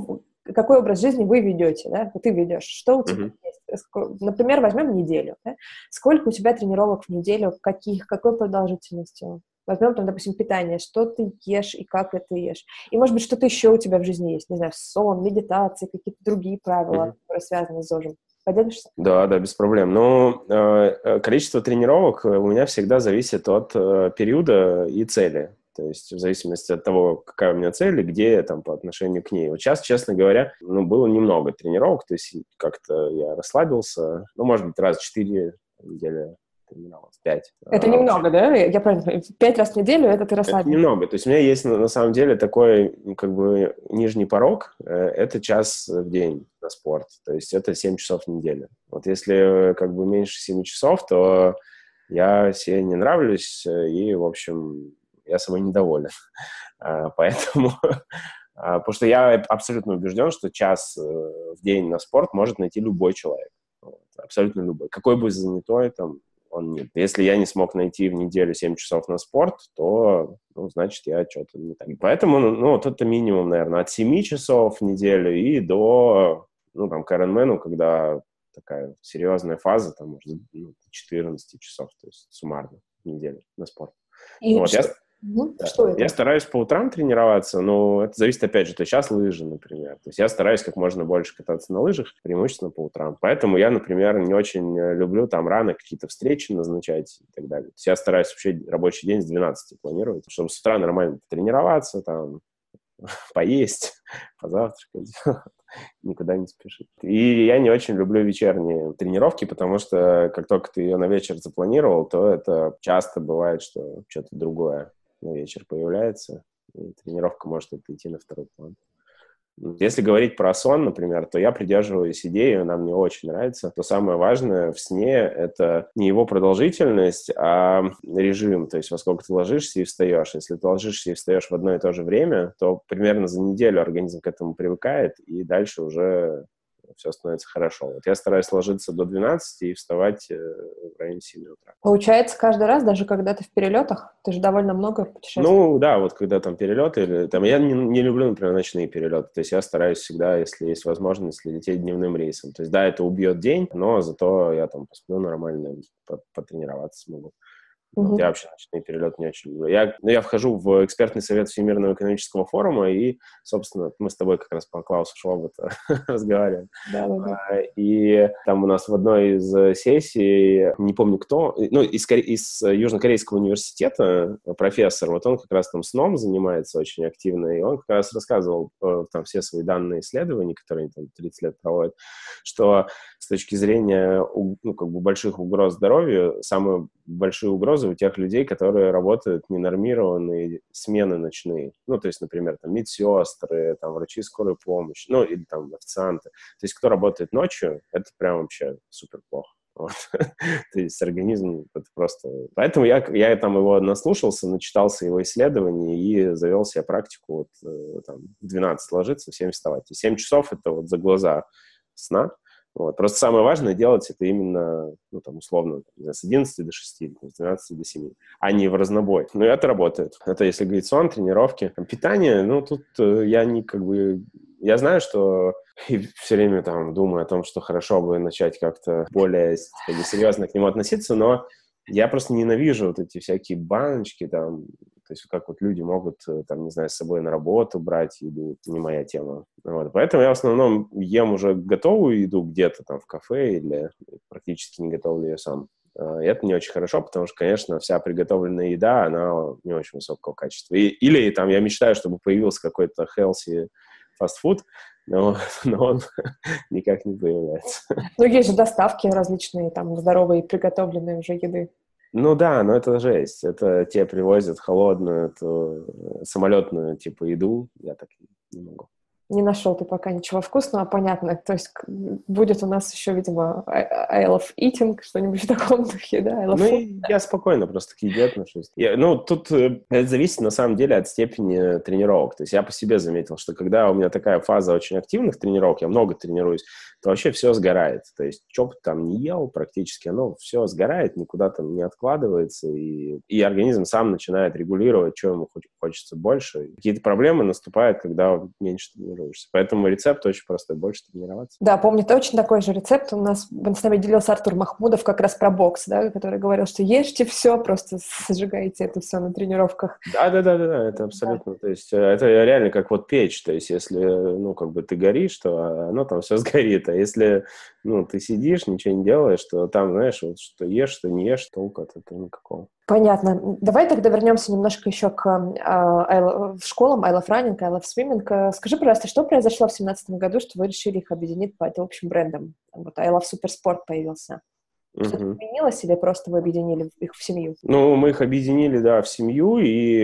какой образ жизни вы ведете, да, ты ведешь, что у тебя есть. Например, возьмем неделю, да? Сколько у тебя тренировок в неделю, какой продолжительностью? Возьмем там, допустим, питание, что ты ешь и как это ешь. И, может быть, что-то еще у тебя в жизни есть, не знаю, сон, медитации, какие-то другие правила, которые связаны с ЗОЖем. Поделишься? Да, без проблем. Но количество тренировок у меня всегда зависит от периода и цели. То есть в зависимости от того, какая у меня цель и где я там по отношению к ней. Вот сейчас, честно говоря, было немного тренировок, то есть как-то я расслабился. Может быть, раз в 4 недели тренировался, 5. Это немного, да? Я правильно понимаю? 5 раз в неделю это ты расслабился? Это немного. То есть у меня есть на самом деле такой как бы нижний порог. Это час в день на спорт. То есть это 7 часов в неделю. Вот если как бы меньше 7 часов, то я себе не нравлюсь и, в общем, я собой недоволен. Поэтому... Потому что я абсолютно убежден, что час в день на спорт может найти любой человек. Абсолютно любой. Какой бы занятой там он нет. Если я не смог найти в неделю 7 часов на спорт, то, значит, я что-то не так. Поэтому, вот это минимум, наверное, от 7 часов в неделю и до, к Ironman, когда такая серьезная фаза, там, может, 14 часов, то есть суммарно в неделю на спорт. И что это? Я стараюсь по утрам тренироваться, но это зависит, опять же, то есть сейчас лыжи, например. То есть я стараюсь как можно больше кататься на лыжах, преимущественно по утрам. Поэтому я, например, не очень люблю там рано какие-то встречи назначать и так далее. То есть я стараюсь вообще рабочий день с 12 планировать, чтобы с утра нормально тренироваться, там, поесть, позавтракать, никуда не спешить. И я не очень люблю вечерние тренировки, потому что как только ты ее на вечер запланировал, то это часто бывает, что что-то другое на вечер появляется, и тренировка может отойти на второй план. Если говорить про сон, например, то я придерживаюсь идеи, она мне очень нравится. То самое важное в сне — это не его продолжительность, а режим, то есть во сколько ты ложишься и встаешь. Если ты ложишься и встаешь в одно и то же время, то примерно за неделю организм к этому привыкает, и дальше уже все становится хорошо. Вот я стараюсь ложиться до 12 и вставать в районе 7 утра. Получается, каждый раз, даже когда ты в перелетах, ты же довольно много путешествуешь. Да, вот когда там перелеты, или там я не люблю, например, ночные перелеты. То есть я стараюсь всегда, если есть возможность, лететь дневным рейсом. То есть да, это убьет день, но зато я там посплю нормально, потренироваться смогу. Вот я вообще ночные перелеты не очень люблю. Я вхожу в экспертный совет Всемирного экономического форума, и, собственно, мы с тобой как раз по Клаусу Швабу разговариваем. Да. И там у нас в одной из сессий, не помню кто, из Южнокорейского университета профессор, вот он как раз там сном занимается очень активно, и он как раз рассказывал там все свои данные исследований, которые они там 30 лет проводят, что с точки зрения больших угроз здоровью, самые большие угрозы у тех людей, которые работают ненормированные смены ночные. То есть, например, там медсестры, там врачи скорой помощи, или там официанты. То есть, кто работает ночью, это прям вообще супер плохо. Вот. То есть организм это просто... Поэтому я там его наслушался, начитался его исследований и завел себе практику там, в 12 ложиться, в 7 вставать. И 7 часов это вот за глаза сна. Вот. Просто самое важное делать это именно, условно, с 11 до 6, с 12 до 7, а не в разнобой. Но это работает. Это если говорить сон, тренировки. Питание, тут я я знаю, что и все время там думаю о том, что хорошо бы начать как-то более серьезно к нему относиться, но я просто ненавижу вот эти всякие баночки там, то есть как вот люди могут, там, не знаю, с собой на работу брать еду, не моя тема. Вот. Поэтому я в основном ем уже готовую еду где-то там в кафе или практически не готовлю ее сам. И это не очень хорошо, потому что, конечно, вся приготовленная еда, она не очень высокого качества. Или там я мечтаю, чтобы появился какой-то healthy фастфуд, но он никак не появляется. Есть же доставки различные, там, здоровые, приготовленные уже еды. Да, но это жесть. Это тебе привозят холодную, самолетную, еду. Я так не могу. Не нашел ты пока ничего вкусного, понятно. То есть будет у нас еще, видимо, I love eating, что-нибудь в таком духе, да? Я спокойно просто к еде отношусь. Тут это зависит, на самом деле, от степени тренировок. То есть я по себе заметил, что когда у меня такая фаза очень активных тренировок, я много тренируюсь, то вообще все сгорает. То есть что бы там ни ел практически, оно все сгорает, никуда там не откладывается, и организм сам начинает регулировать, что ему хочется больше. Какие-то проблемы наступают, когда меньше тренируется. тренируешься. Поэтому рецепт очень простой, больше тренироваться. Да, помню, точно такой же рецепт. У нас с нами делился Артур Махмудов как раз про бокс, да, который говорил, что ешьте все, просто сжигайте это все на тренировках. Да, это абсолютно. Да. То есть это реально как вот печь. То есть если, ну, как бы ты горишь, то оно там все сгорит. А если, ну, ты сидишь, ничего не делаешь, то там, знаешь, вот что ешь, что не ешь, толку от этого никакого. Понятно. Давай тогда вернемся немножко еще к школам I Love Running, I Love Swimming. Скажи, пожалуйста, что произошло в 2017 году, что вы решили их объединить под общим брендом? Вот I Love Supersport появился. Что-то изменилось или просто вы объединили их в семью? Ну, мы их объединили, да, в семью,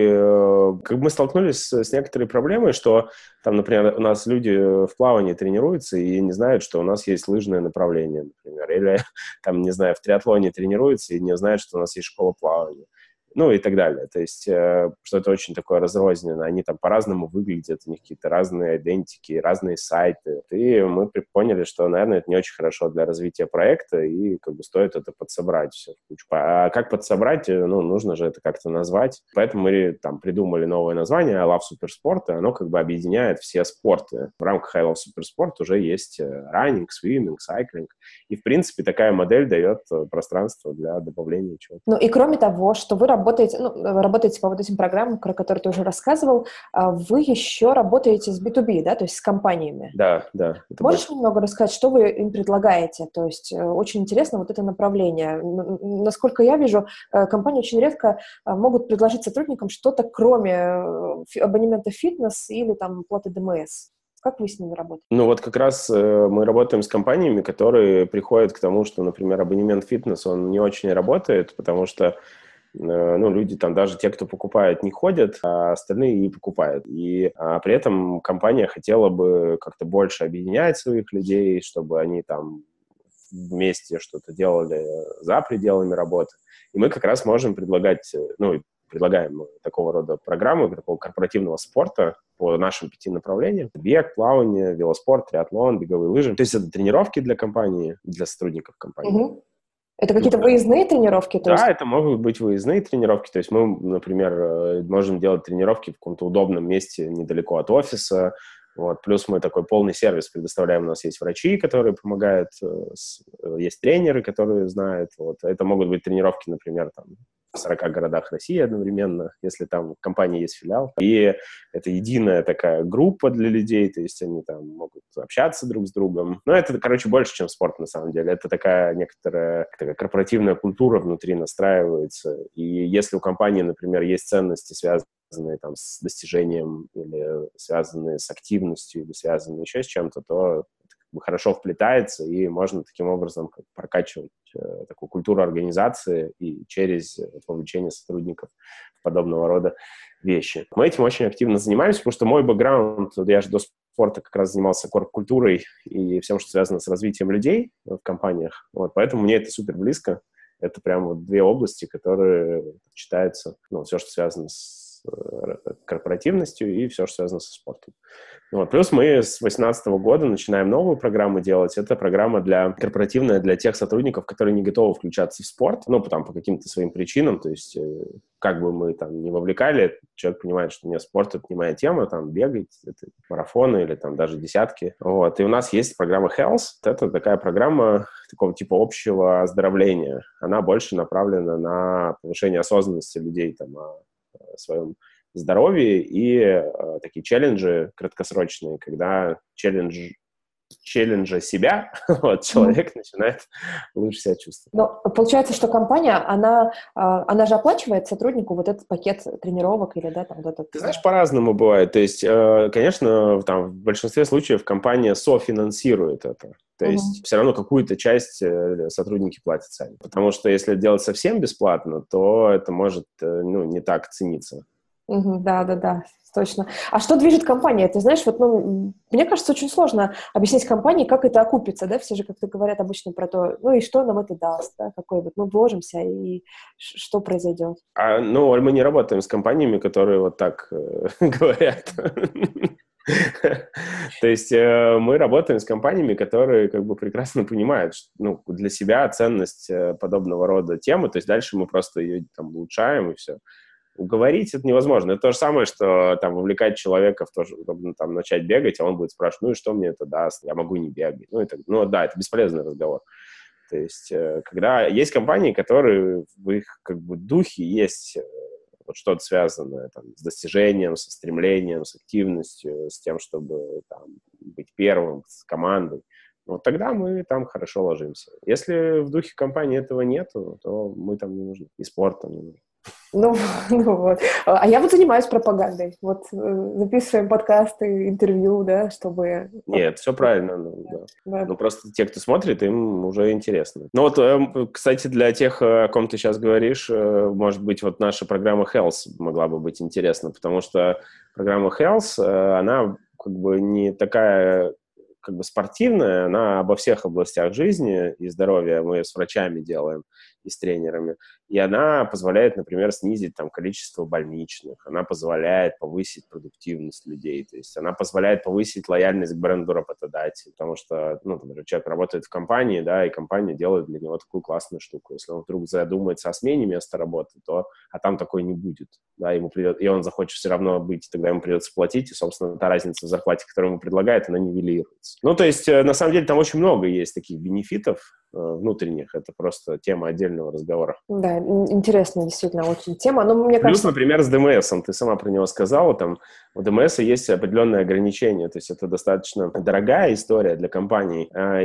и как бы мы столкнулись с некоторой проблемой, что там, например, у нас люди в плавании тренируются и не знают, что у нас есть лыжное направление, например, или там, не знаю, в триатлоне тренируются и не знают, что у нас есть школа плавания. Ну и так далее. То есть, что это очень такое разрозненное. Они там по-разному выглядят, у них какие-то разные идентики, разные сайты. И мы поняли, что, наверное, это не очень хорошо для развития проекта, и как бы стоит это подсобрать все в кучу. А как подсобрать? Ну, нужно же это как-то назвать. Поэтому мы там придумали новое название I Love Supersport, и оно как бы объединяет все спорты. В рамках I Love Supersport уже есть running, swimming, cycling. И, в принципе, такая модель дает пространство для добавления чего-то. Ну и кроме того, что вы работаете по вот этим программам, про которые ты уже рассказывал, вы еще работаете с B2B, да, то есть с компаниями. Да. Можешь немного рассказать, что вы им предлагаете? То есть очень интересно вот это направление. Насколько я вижу, компании очень редко могут предложить сотрудникам что-то, кроме абонемента фитнес или там платы ДМС. Как вы с ними работаете? Ну вот как раз мы работаем с компаниями, которые приходят к тому, что, например, абонемент фитнес, он не очень работает, потому что ну, люди там, даже те, кто покупает, не ходят, а остальные и покупают. И при этом компания хотела бы как-то больше объединять своих людей, чтобы они там вместе что-то делали за пределами работы. И мы как раз можем предлагать, ну, предлагаем такого рода программы, такого корпоративного спорта по нашим 5 направлениям. Бег, плавание, велоспорт, триатлон, беговые лыжи. То есть это тренировки для компании, для сотрудников компании. Угу. Это какие-то выездные тренировки? То есть? Да, это могут быть выездные тренировки. То есть мы, например, можем делать тренировки в каком-то удобном месте недалеко от офиса. Вот. Плюс мы такой полный сервис предоставляем. У нас есть врачи, которые помогают, есть тренеры, которые знают. Вот. Это могут быть тренировки, например, там, в 40 городах России одновременно, если там в компании есть филиал. И это единая такая группа для людей, то есть они там могут общаться друг с другом. Но это, короче, больше, чем спорт на самом деле. Это такая некоторая такая корпоративная культура внутри настраивается. И если у компании, например, есть ценности, связанные там с достижением или связанные с активностью или связанные еще с чем-то, то это как бы хорошо вплетается, и можно таким образом прокачивать такую культуру организации и через вовлечение сотрудников в подобного рода вещи. Мы этим очень активно занимаемся, потому что мой бэкграунд, я же до спорта как раз занимался корп-культурой и всем, что связано с развитием людей в компаниях. Вот, поэтому мне это супер близко. Это прям вот 2 области, которые читаются, ну, все, что связано с корпоративностью и все, что связано со спортом. Вот. Плюс мы с 2018 года начинаем новую программу делать. Это программа корпоративная для тех сотрудников, которые не готовы включаться в спорт, ну, там, по каким-то своим причинам. То есть, как бы мы там не вовлекали, человек понимает, что нет, спорт — это не моя тема, там, бегать, это марафоны или там даже десятки. Вот. И у нас есть программа Health. Это такая программа такого типа общего оздоровления. Она больше направлена на повышение осознанности людей там, о своем здоровье и такие челленджи краткосрочные, когда челленджа себя вот, человек начинает лучше себя чувствовать. Но получается, что компания, она же оплачивает сотруднику вот этот пакет тренировок или, да, там вот этот... Ты знаешь, по-разному бывает. То есть, конечно, там, в большинстве случаев компания софинансирует это. То есть все равно какую-то часть сотрудники платят сами. Потому что если делать совсем бесплатно, то это может не так цениться. Да, точно. А что движет компания? Ты знаешь, вот, мне кажется, очень сложно объяснить компании, как это окупится, да? Все же как-то говорят обычно про то, и что нам это даст, да? Какой вот, мы вложимся, и что произойдет? Мы не работаем с компаниями, которые вот так говорят. То есть мы работаем с компаниями, которые как бы прекрасно понимают, для себя ценность подобного рода темы, то есть дальше мы просто ее там улучшаем и все. уговорить это невозможно. Это то же самое, что там вовлекать человека в то, чтобы там начать бегать, а он будет спрашивать, ну и что мне это даст? Я могу не бегать. Ну да, это бесполезный разговор. То есть, когда есть компании, которые в их как бы духе есть вот что-то связанное там, с достижением, со стремлением, с активностью, с тем, чтобы там, быть первым, с командой, вот тогда мы там хорошо ложимся. Если в духе компании этого нету, то мы там не нужны. И спорт там не нужен. Ну вот. А я вот занимаюсь пропагандой. Вот записываем подкасты, интервью, да, чтобы... Нет, все правильно. Да. Ну, просто те, кто смотрит, им уже интересно. Ну, вот, кстати, для тех, о ком ты сейчас говоришь, может быть, вот наша программа Health могла бы быть интересна, потому что программа Health, она как бы не такая как бы спортивная, она обо всех областях жизни и здоровья. Мы ее с врачами делаем и с тренерами. И она позволяет, например, снизить там количество больничных, она позволяет повысить продуктивность людей, то есть она позволяет повысить лояльность к бренду работодателя, потому что, ну, например, человек работает в компании, да, и компания делает для него такую классную штуку. Если он вдруг задумается о смене места работы, а там такой не будет, да, ему придет, и он захочет все равно быть, тогда ему придется платить, и, собственно, та разница в зарплате, которую ему предлагают, она нивелируется. Ну, то есть, на самом деле, там очень много есть таких бенефитов внутренних, это просто тема отдельного разговора. Да, интересная действительно очень тема. Но мне Плюс, кажется... например, с ДМСом, ты сама про него сказала, там у ДМСа есть определенные ограничения, то есть это достаточно дорогая история для компаний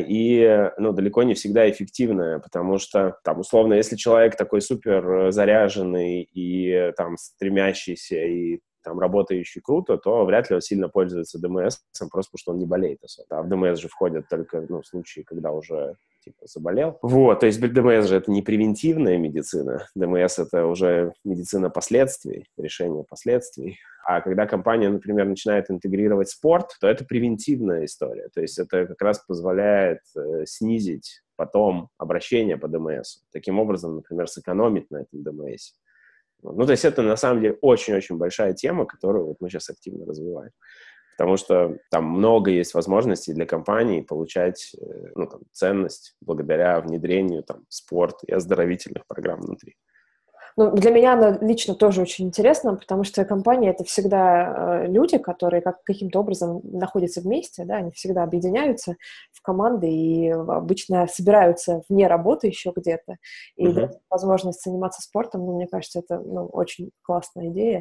и, ну, далеко не всегда эффективная, потому что, там, условно, если человек такой супер заряженный и там стремящийся и там работающий круто, то вряд ли он сильно пользуется ДМС, просто потому что он не болеет особо. А в ДМС же входят только, ну, случаи, когда уже типа заболел. Вот, то есть ДМС же это не превентивная медицина, ДМС это уже медицина последствий, решение последствий. А когда компания, например, начинает интегрировать спорт, то это превентивная история. То есть это как раз позволяет снизить потом обращение по ДМС. Таким образом, например, сэкономить на этом ДМС. Ну, то есть это, на самом деле, очень-очень большая тема, которую вот мы сейчас активно развиваем. Потому что там много есть возможностей для компаний получать, ну, там, ценность благодаря внедрению там, спорта и оздоровительных программ внутри. Ну, для меня она лично тоже очень интересна, потому что компания — это всегда люди, которые каким-то образом находятся вместе, да, они всегда объединяются в команды и обычно собираются вне работы еще где-то. И дать возможность заниматься спортом, ну, мне кажется, это, ну, очень классная идея.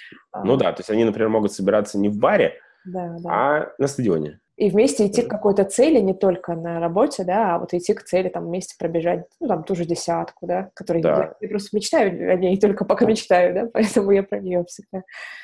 Ну да, то есть они, например, могут собираться не в баре, да. а на стадионе. И вместе идти к какой-то цели, не только на работе, да, а вот идти к цели, там, вместе пробежать, ну, там, ту же десятку, да, которую я просто мечтаю о ней, только пока мечтаю, да, поэтому я про нее всегда.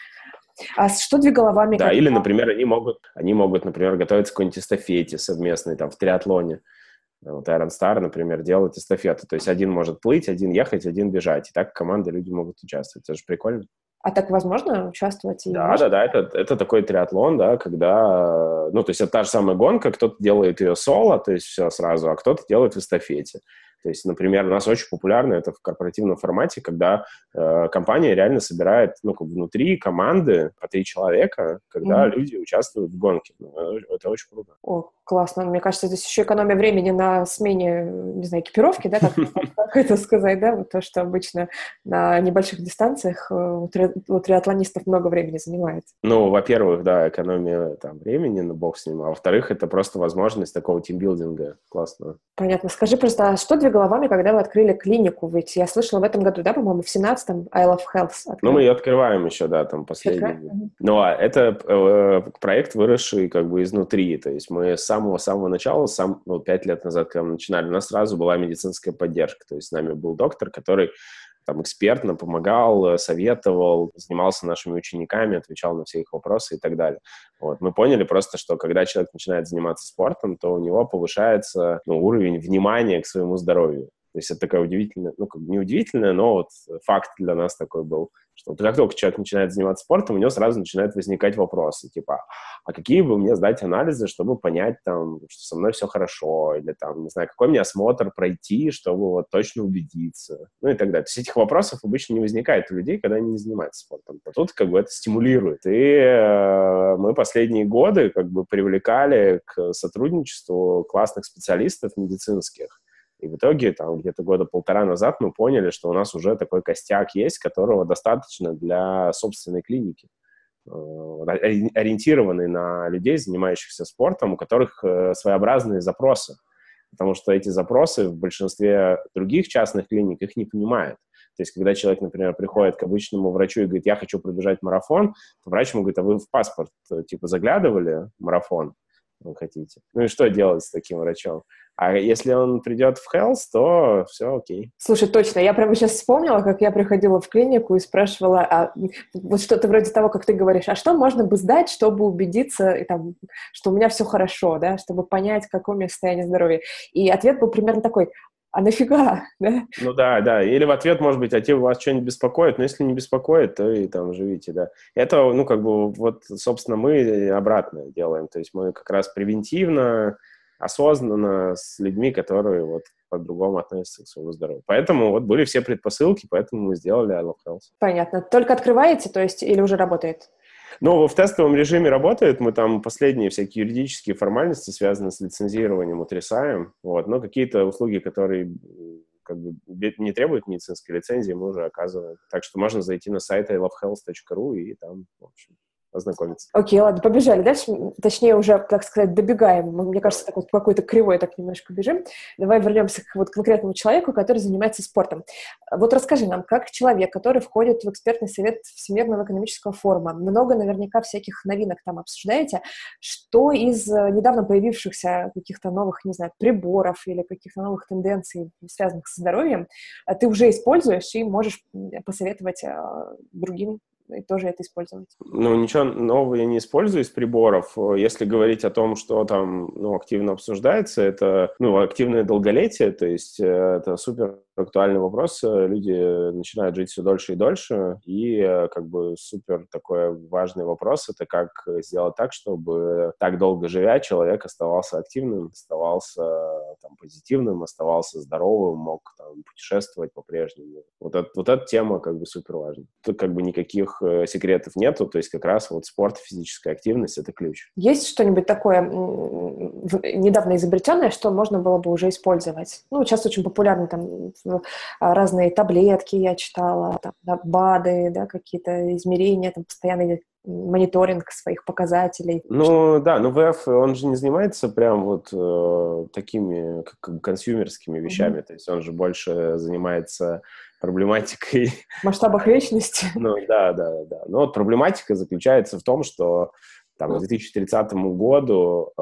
А что двигало вами? Да, или, например, они могут, например, готовиться к какой-нибудь эстафете совместной, там, в триатлоне. Вот Iron Star, например, делает эстафету. То есть один может плыть, один ехать, один бежать. И так команды люди могут участвовать. Это же прикольно. А так возможно участвовать? Да, это такой триатлон, да, когда, ну, то есть это та же самая гонка, кто-то делает ее соло, то есть все сразу, а кто-то делает в эстафете. То есть, например, у нас очень популярно это в корпоративном формате, когда компания реально собирает, ну, как внутри команды по 3 человека, когда люди участвуют в гонке. Это очень круто. О, классно. Мне кажется, здесь еще экономия времени на смене, не знаю, экипировки, да, как это сказать, да, вот то, что обычно на небольших дистанциях у триатлонистов много времени занимает. Ну, во-первых, да, экономия там времени, ну, бог с ним, а во-вторых, это просто возможность такого тимбилдинга классного. Понятно. Скажи просто, а что двигало вами, когда вы открыли клинику? Ведь я слышала в этом году, да, по-моему, в 17-м I Love Health открыли. Ну, мы ее открываем еще, да, там последний. Ну, а это проект, выросший как бы изнутри, то есть мы с самого-самого начала, 5 лет назад, когда мы начинали, у нас сразу была медицинская поддержка, то есть с нами был доктор, который там экспертно помогал, советовал, занимался нашими учениками, отвечал на все их вопросы и так далее. Вот. Мы поняли просто, что когда человек начинает заниматься спортом, то у него повышается, ну, уровень внимания к своему здоровью. То есть это такая удивительная, ну, как бы не удивительная, но вот факт для нас такой был, что как только человек начинает заниматься спортом, у него сразу начинают возникать вопросы, типа, а какие бы мне сдать анализы, чтобы понять, там, что со мной все хорошо, или, там, не знаю, какой мне осмотр пройти, чтобы вот точно убедиться, ну и так далее. То есть этих вопросов обычно не возникает у людей, когда они не занимаются спортом. А тут как бы это стимулирует. И мы последние годы как бы привлекали к сотрудничеству классных специалистов медицинских, И в итоге, там, где-то года полтора назад мы поняли, что у нас уже такой костяк есть, которого достаточно для собственной клиники, ориентированный на людей, занимающихся спортом, у которых своеобразные запросы. Потому что эти запросы в большинстве других частных клиник их не понимают. То есть, когда человек, например, приходит к обычному врачу и говорит, я хочу пробежать марафон, то врач ему говорит, а вы в паспорт, типа, заглядывали марафон, вы хотите? Ну и что делать с таким врачом? А если он придет в Health, то все окей. Слушай, точно, я прямо сейчас вспомнила, как я приходила в клинику и спрашивала, вот что-то вроде того, как ты говоришь, а что можно бы сдать, чтобы убедиться, и, там, что у меня все хорошо, да, чтобы понять, какое у меня состояние здоровья. И ответ был примерно такой, а нафига, да? Ну да. Или в ответ, может быть, а вас что-нибудь беспокоит, но если не беспокоит, то и там живите, да. Это, вот, собственно, мы обратное делаем. То есть мы как раз превентивно, осознанно с людьми, которые вот по-другому относятся к своему здоровью. Поэтому вот были все предпосылки, поэтому мы сделали I Love Health. Понятно. Только открываете, то есть, или уже работает? Ну, в тестовом режиме работает, мы там последние всякие юридические формальности, связанные с лицензированием, утрясаем, вот, но какие-то услуги, которые как бы не требуют медицинской лицензии, мы уже оказываем. Так что можно зайти на сайт ilovehealth.ru и там, в общем, ознакомиться. Окей, ладно, побежали дальше, точнее уже, так сказать, добегаем. Мне кажется, так вот по какой-то кривой так немножко бежим. Давай вернемся к вот конкретному человеку, который занимается спортом. Вот расскажи нам, как человек, который входит в экспертный совет Всемирного экономического форума, много наверняка всяких новинок там обсуждаете, что из недавно появившихся каких-то новых, не знаю, приборов или каких-то новых тенденций, связанных со здоровьем, ты уже используешь и можешь посоветовать другим и тоже это использовать? Ну, ничего нового я не использую из приборов. Если говорить о том, что там, активно обсуждается, это, активное долголетие, то есть это супер актуальный вопрос. Люди начинают жить все дольше и дольше, и как бы супер такой важный вопрос — это как сделать так, чтобы так долго живя человек оставался активным, оставался там позитивным, оставался здоровым, мог там путешествовать по-прежнему. Вот эта тема как бы супер важна. Тут как бы никаких секретов нету, то есть как раз вот спорт, физическая активность — это ключ. Есть что-нибудь такое недавно изобретенное, что можно было бы уже использовать? Сейчас очень популярны там разные таблетки, я читала, там, да, БАДы, да, какие-то измерения, там, постоянный мониторинг своих показателей. ВФ, он же не занимается прям вот такими как консюмерскими вещами, то есть он же больше занимается проблематикой. В масштабах вечности. Да. Но вот проблематика заключается в том, что там, к 2030 году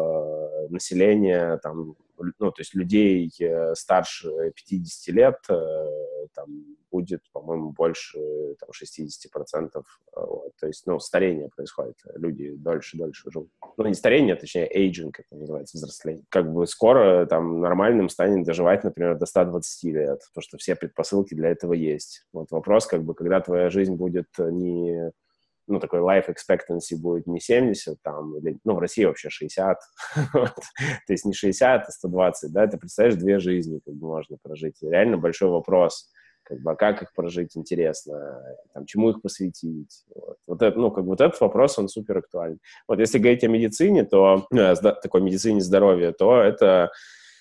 население там, то есть людей старше 50 лет там будет, по-моему, больше там, 60%. Вот. То есть, старение происходит. Люди дольше живут. Не старение, точнее, aging, как это называется, взросление. Как бы скоро там нормальным станет доживать, например, до 120 лет, потому что все предпосылки для этого есть. Вот вопрос, как бы, когда твоя жизнь будет не... такой life expectancy будет не 70, там, или, в России вообще 60, то есть не 60, а 120, да, ты представляешь, 2 жизни как бы можно прожить. Реально большой вопрос, как бы, а как их прожить интересно, там, чему их посвятить. Вот этот вопрос, он супер актуальный. Вот если говорить о медицине, то, такой медицине здоровья, то это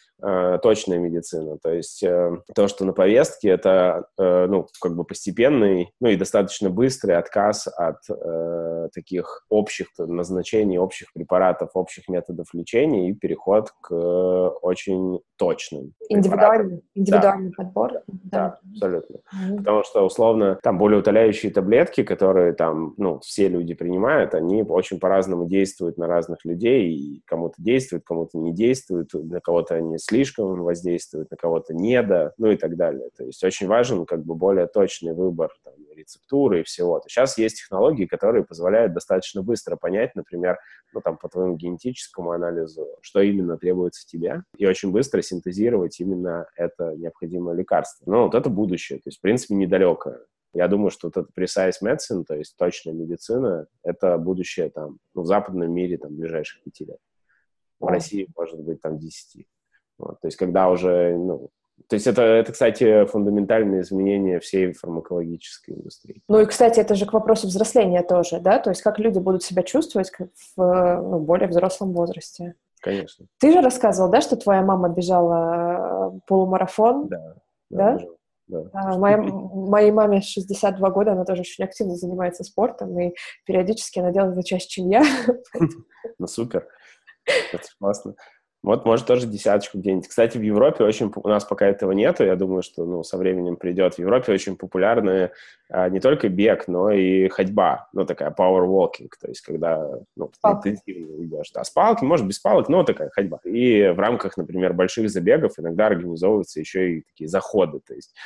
точная медицина. То есть то, что на повестке, это, постепенный, и достаточно быстрый отказ от таких общих назначений, общих препаратов, общих методов лечения и переход к очень точным индивидуальный подбор. Да, абсолютно. Потому что, условно, там болеутоляющие таблетки, которые там, все люди принимают, они очень по-разному действуют на разных людей, и кому-то действуют, кому-то не действуют, на кого-то они слишком воздействуют, на кого-то и так далее. То есть очень важен как бы более точный выбор там, рецептуры и всего. Сейчас есть технологии, которые позволяют достаточно быстро понять, например, по твоему генетическому анализу, что именно требуется тебе, и очень быстро синтезировать именно это необходимое лекарство. Вот это будущее, то есть, в принципе, недалеко. Я думаю, что вот это precise medicine, то есть точная медицина, это будущее там, в западном мире там, ближайших 5 лет. В России, может быть, там 10. Вот, то есть, когда уже, то есть это, кстати, фундаментальное изменение всей фармакологической индустрии. И, кстати, это же к вопросу взросления тоже, да? То есть как люди будут себя чувствовать в более взрослом возрасте. конечно. Ты же рассказывал, да, что твоя мама бежала полумарафон? Да? Да? Да. Моей маме 62 года, она тоже очень активно занимается спортом, и периодически она делает это чаще, чем я. Ну, супер. Это классно. Вот, может, тоже десяточку где-нибудь. Кстати, в Европе у нас пока этого нету, я думаю, что со временем придет. В Европе очень популярны не только бег, но и ходьба, такая power walking, то есть когда интенсивно идешь. Да, с палки, может, без палок, но такая ходьба. И в рамках, например, больших забегов иногда организовываются еще и такие заходы, то есть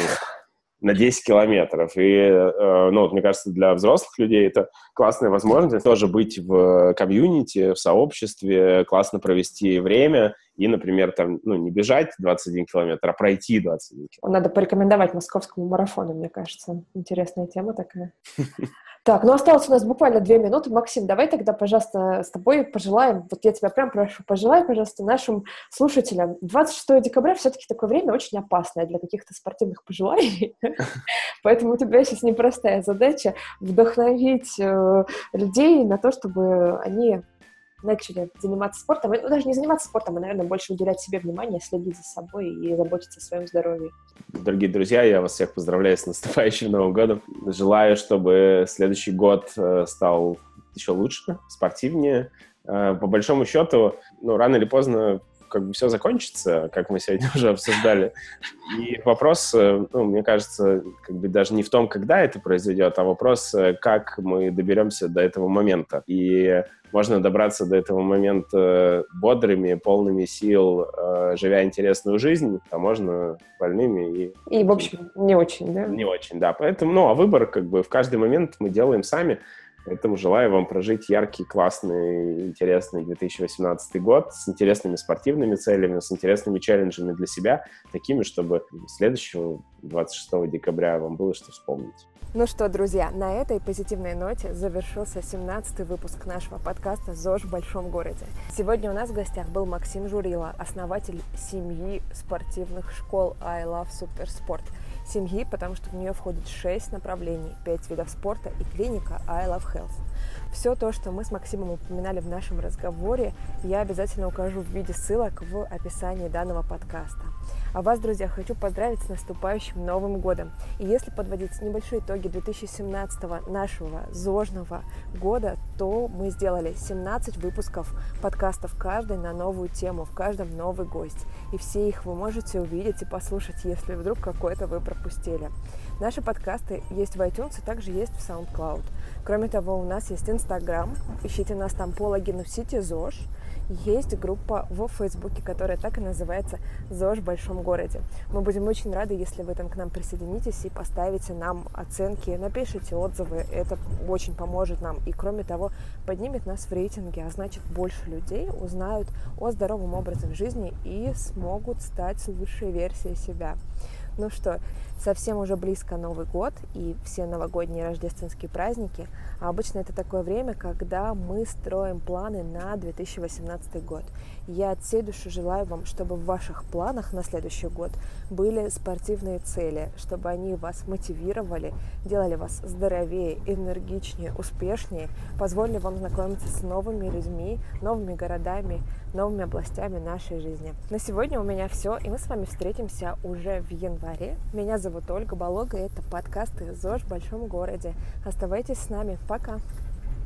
на 10 километров. И, мне кажется, для взрослых людей это классная возможность тоже быть в комьюнити, в сообществе, классно провести время и, например, там, не бежать 21 километр, а пройти 21 километр. Надо порекомендовать московскому марафону, мне кажется. Интересная тема такая. Так, осталось у нас буквально 2 минуты. Максим, давай тогда, пожалуйста, с тобой пожелаем, вот я тебя прям прошу, пожелай, пожалуйста, нашим слушателям. 26 декабря все-таки такое время очень опасное для каких-то спортивных пожеланий, поэтому у тебя сейчас непростая задача вдохновить людей на то, чтобы они начали заниматься спортом, даже не заниматься спортом, а, наверное, больше уделять себе внимание, следить за собой и заботиться о своем здоровье. Дорогие друзья, я вас всех поздравляю с наступающим Новым годом. Желаю, чтобы следующий год стал еще лучше, спортивнее. По большому счету, рано или поздно все закончится, как мы сегодня уже обсуждали. И вопрос, мне кажется, даже не в том, когда это произойдет, а вопрос, как мы доберемся до этого момента. И можно добраться до этого момента бодрыми, полными сил, живя интересную жизнь, а можно больными и в общем, не очень, да? Не очень, да. Поэтому, выбор в каждый момент мы делаем сами. Поэтому желаю вам прожить яркий, классный, интересный 2018 год с интересными спортивными целями, с интересными челленджами для себя, такими, чтобы следующего 26 декабря вам было что вспомнить. Ну что, друзья, на этой позитивной ноте завершился 17-й выпуск нашего подкаста «ЗОЖ в большом городе». Сегодня у нас в гостях был Максим Журило, основатель семьи спортивных школ I Love Суперспорт. Семьи, потому что в нее входит 6 направлений, 5 видов спорта и клиника I Love Health. Все то, что мы с Максимом упоминали в нашем разговоре, я обязательно укажу в виде ссылок в описании данного подкаста. А вас, друзья, хочу поздравить с наступающим Новым годом. И если подводить небольшие итоги 2017 нашего ЗОЖного года, то мы сделали 17 выпусков подкастов, каждый на новую тему, в каждом новый гость. И все их вы можете увидеть и послушать, если вдруг какой-то вы пропустили. Наши подкасты есть в iTunes и также есть в SoundCloud. Кроме того, у нас есть Instagram, ищите нас там по логину сети ЗОЖ. Есть группа в Фейсбуке, которая так и называется «ЗОЖ в большом городе». Мы будем очень рады, если вы там к нам присоединитесь и поставите нам оценки, напишите отзывы. Это очень поможет нам и, кроме того, поднимет нас в рейтинге, а значит, больше людей узнают о здоровом образе жизни и смогут стать лучшей версией себя. Ну что, совсем уже близко Новый год и все новогодние рождественские праздники. А обычно это такое время, когда мы строим планы на 2018 год. Я от всей души желаю вам, чтобы в ваших планах на следующий год были спортивные цели, чтобы они вас мотивировали, делали вас здоровее, энергичнее, успешнее, позволили вам знакомиться с новыми людьми, новыми городами, новыми областями нашей жизни. На сегодня у меня все, и мы с вами встретимся уже в январе. Меня зовут Ольга Болога, и это подкасты «ЗОЖ в большом городе». Оставайтесь с нами. Пока!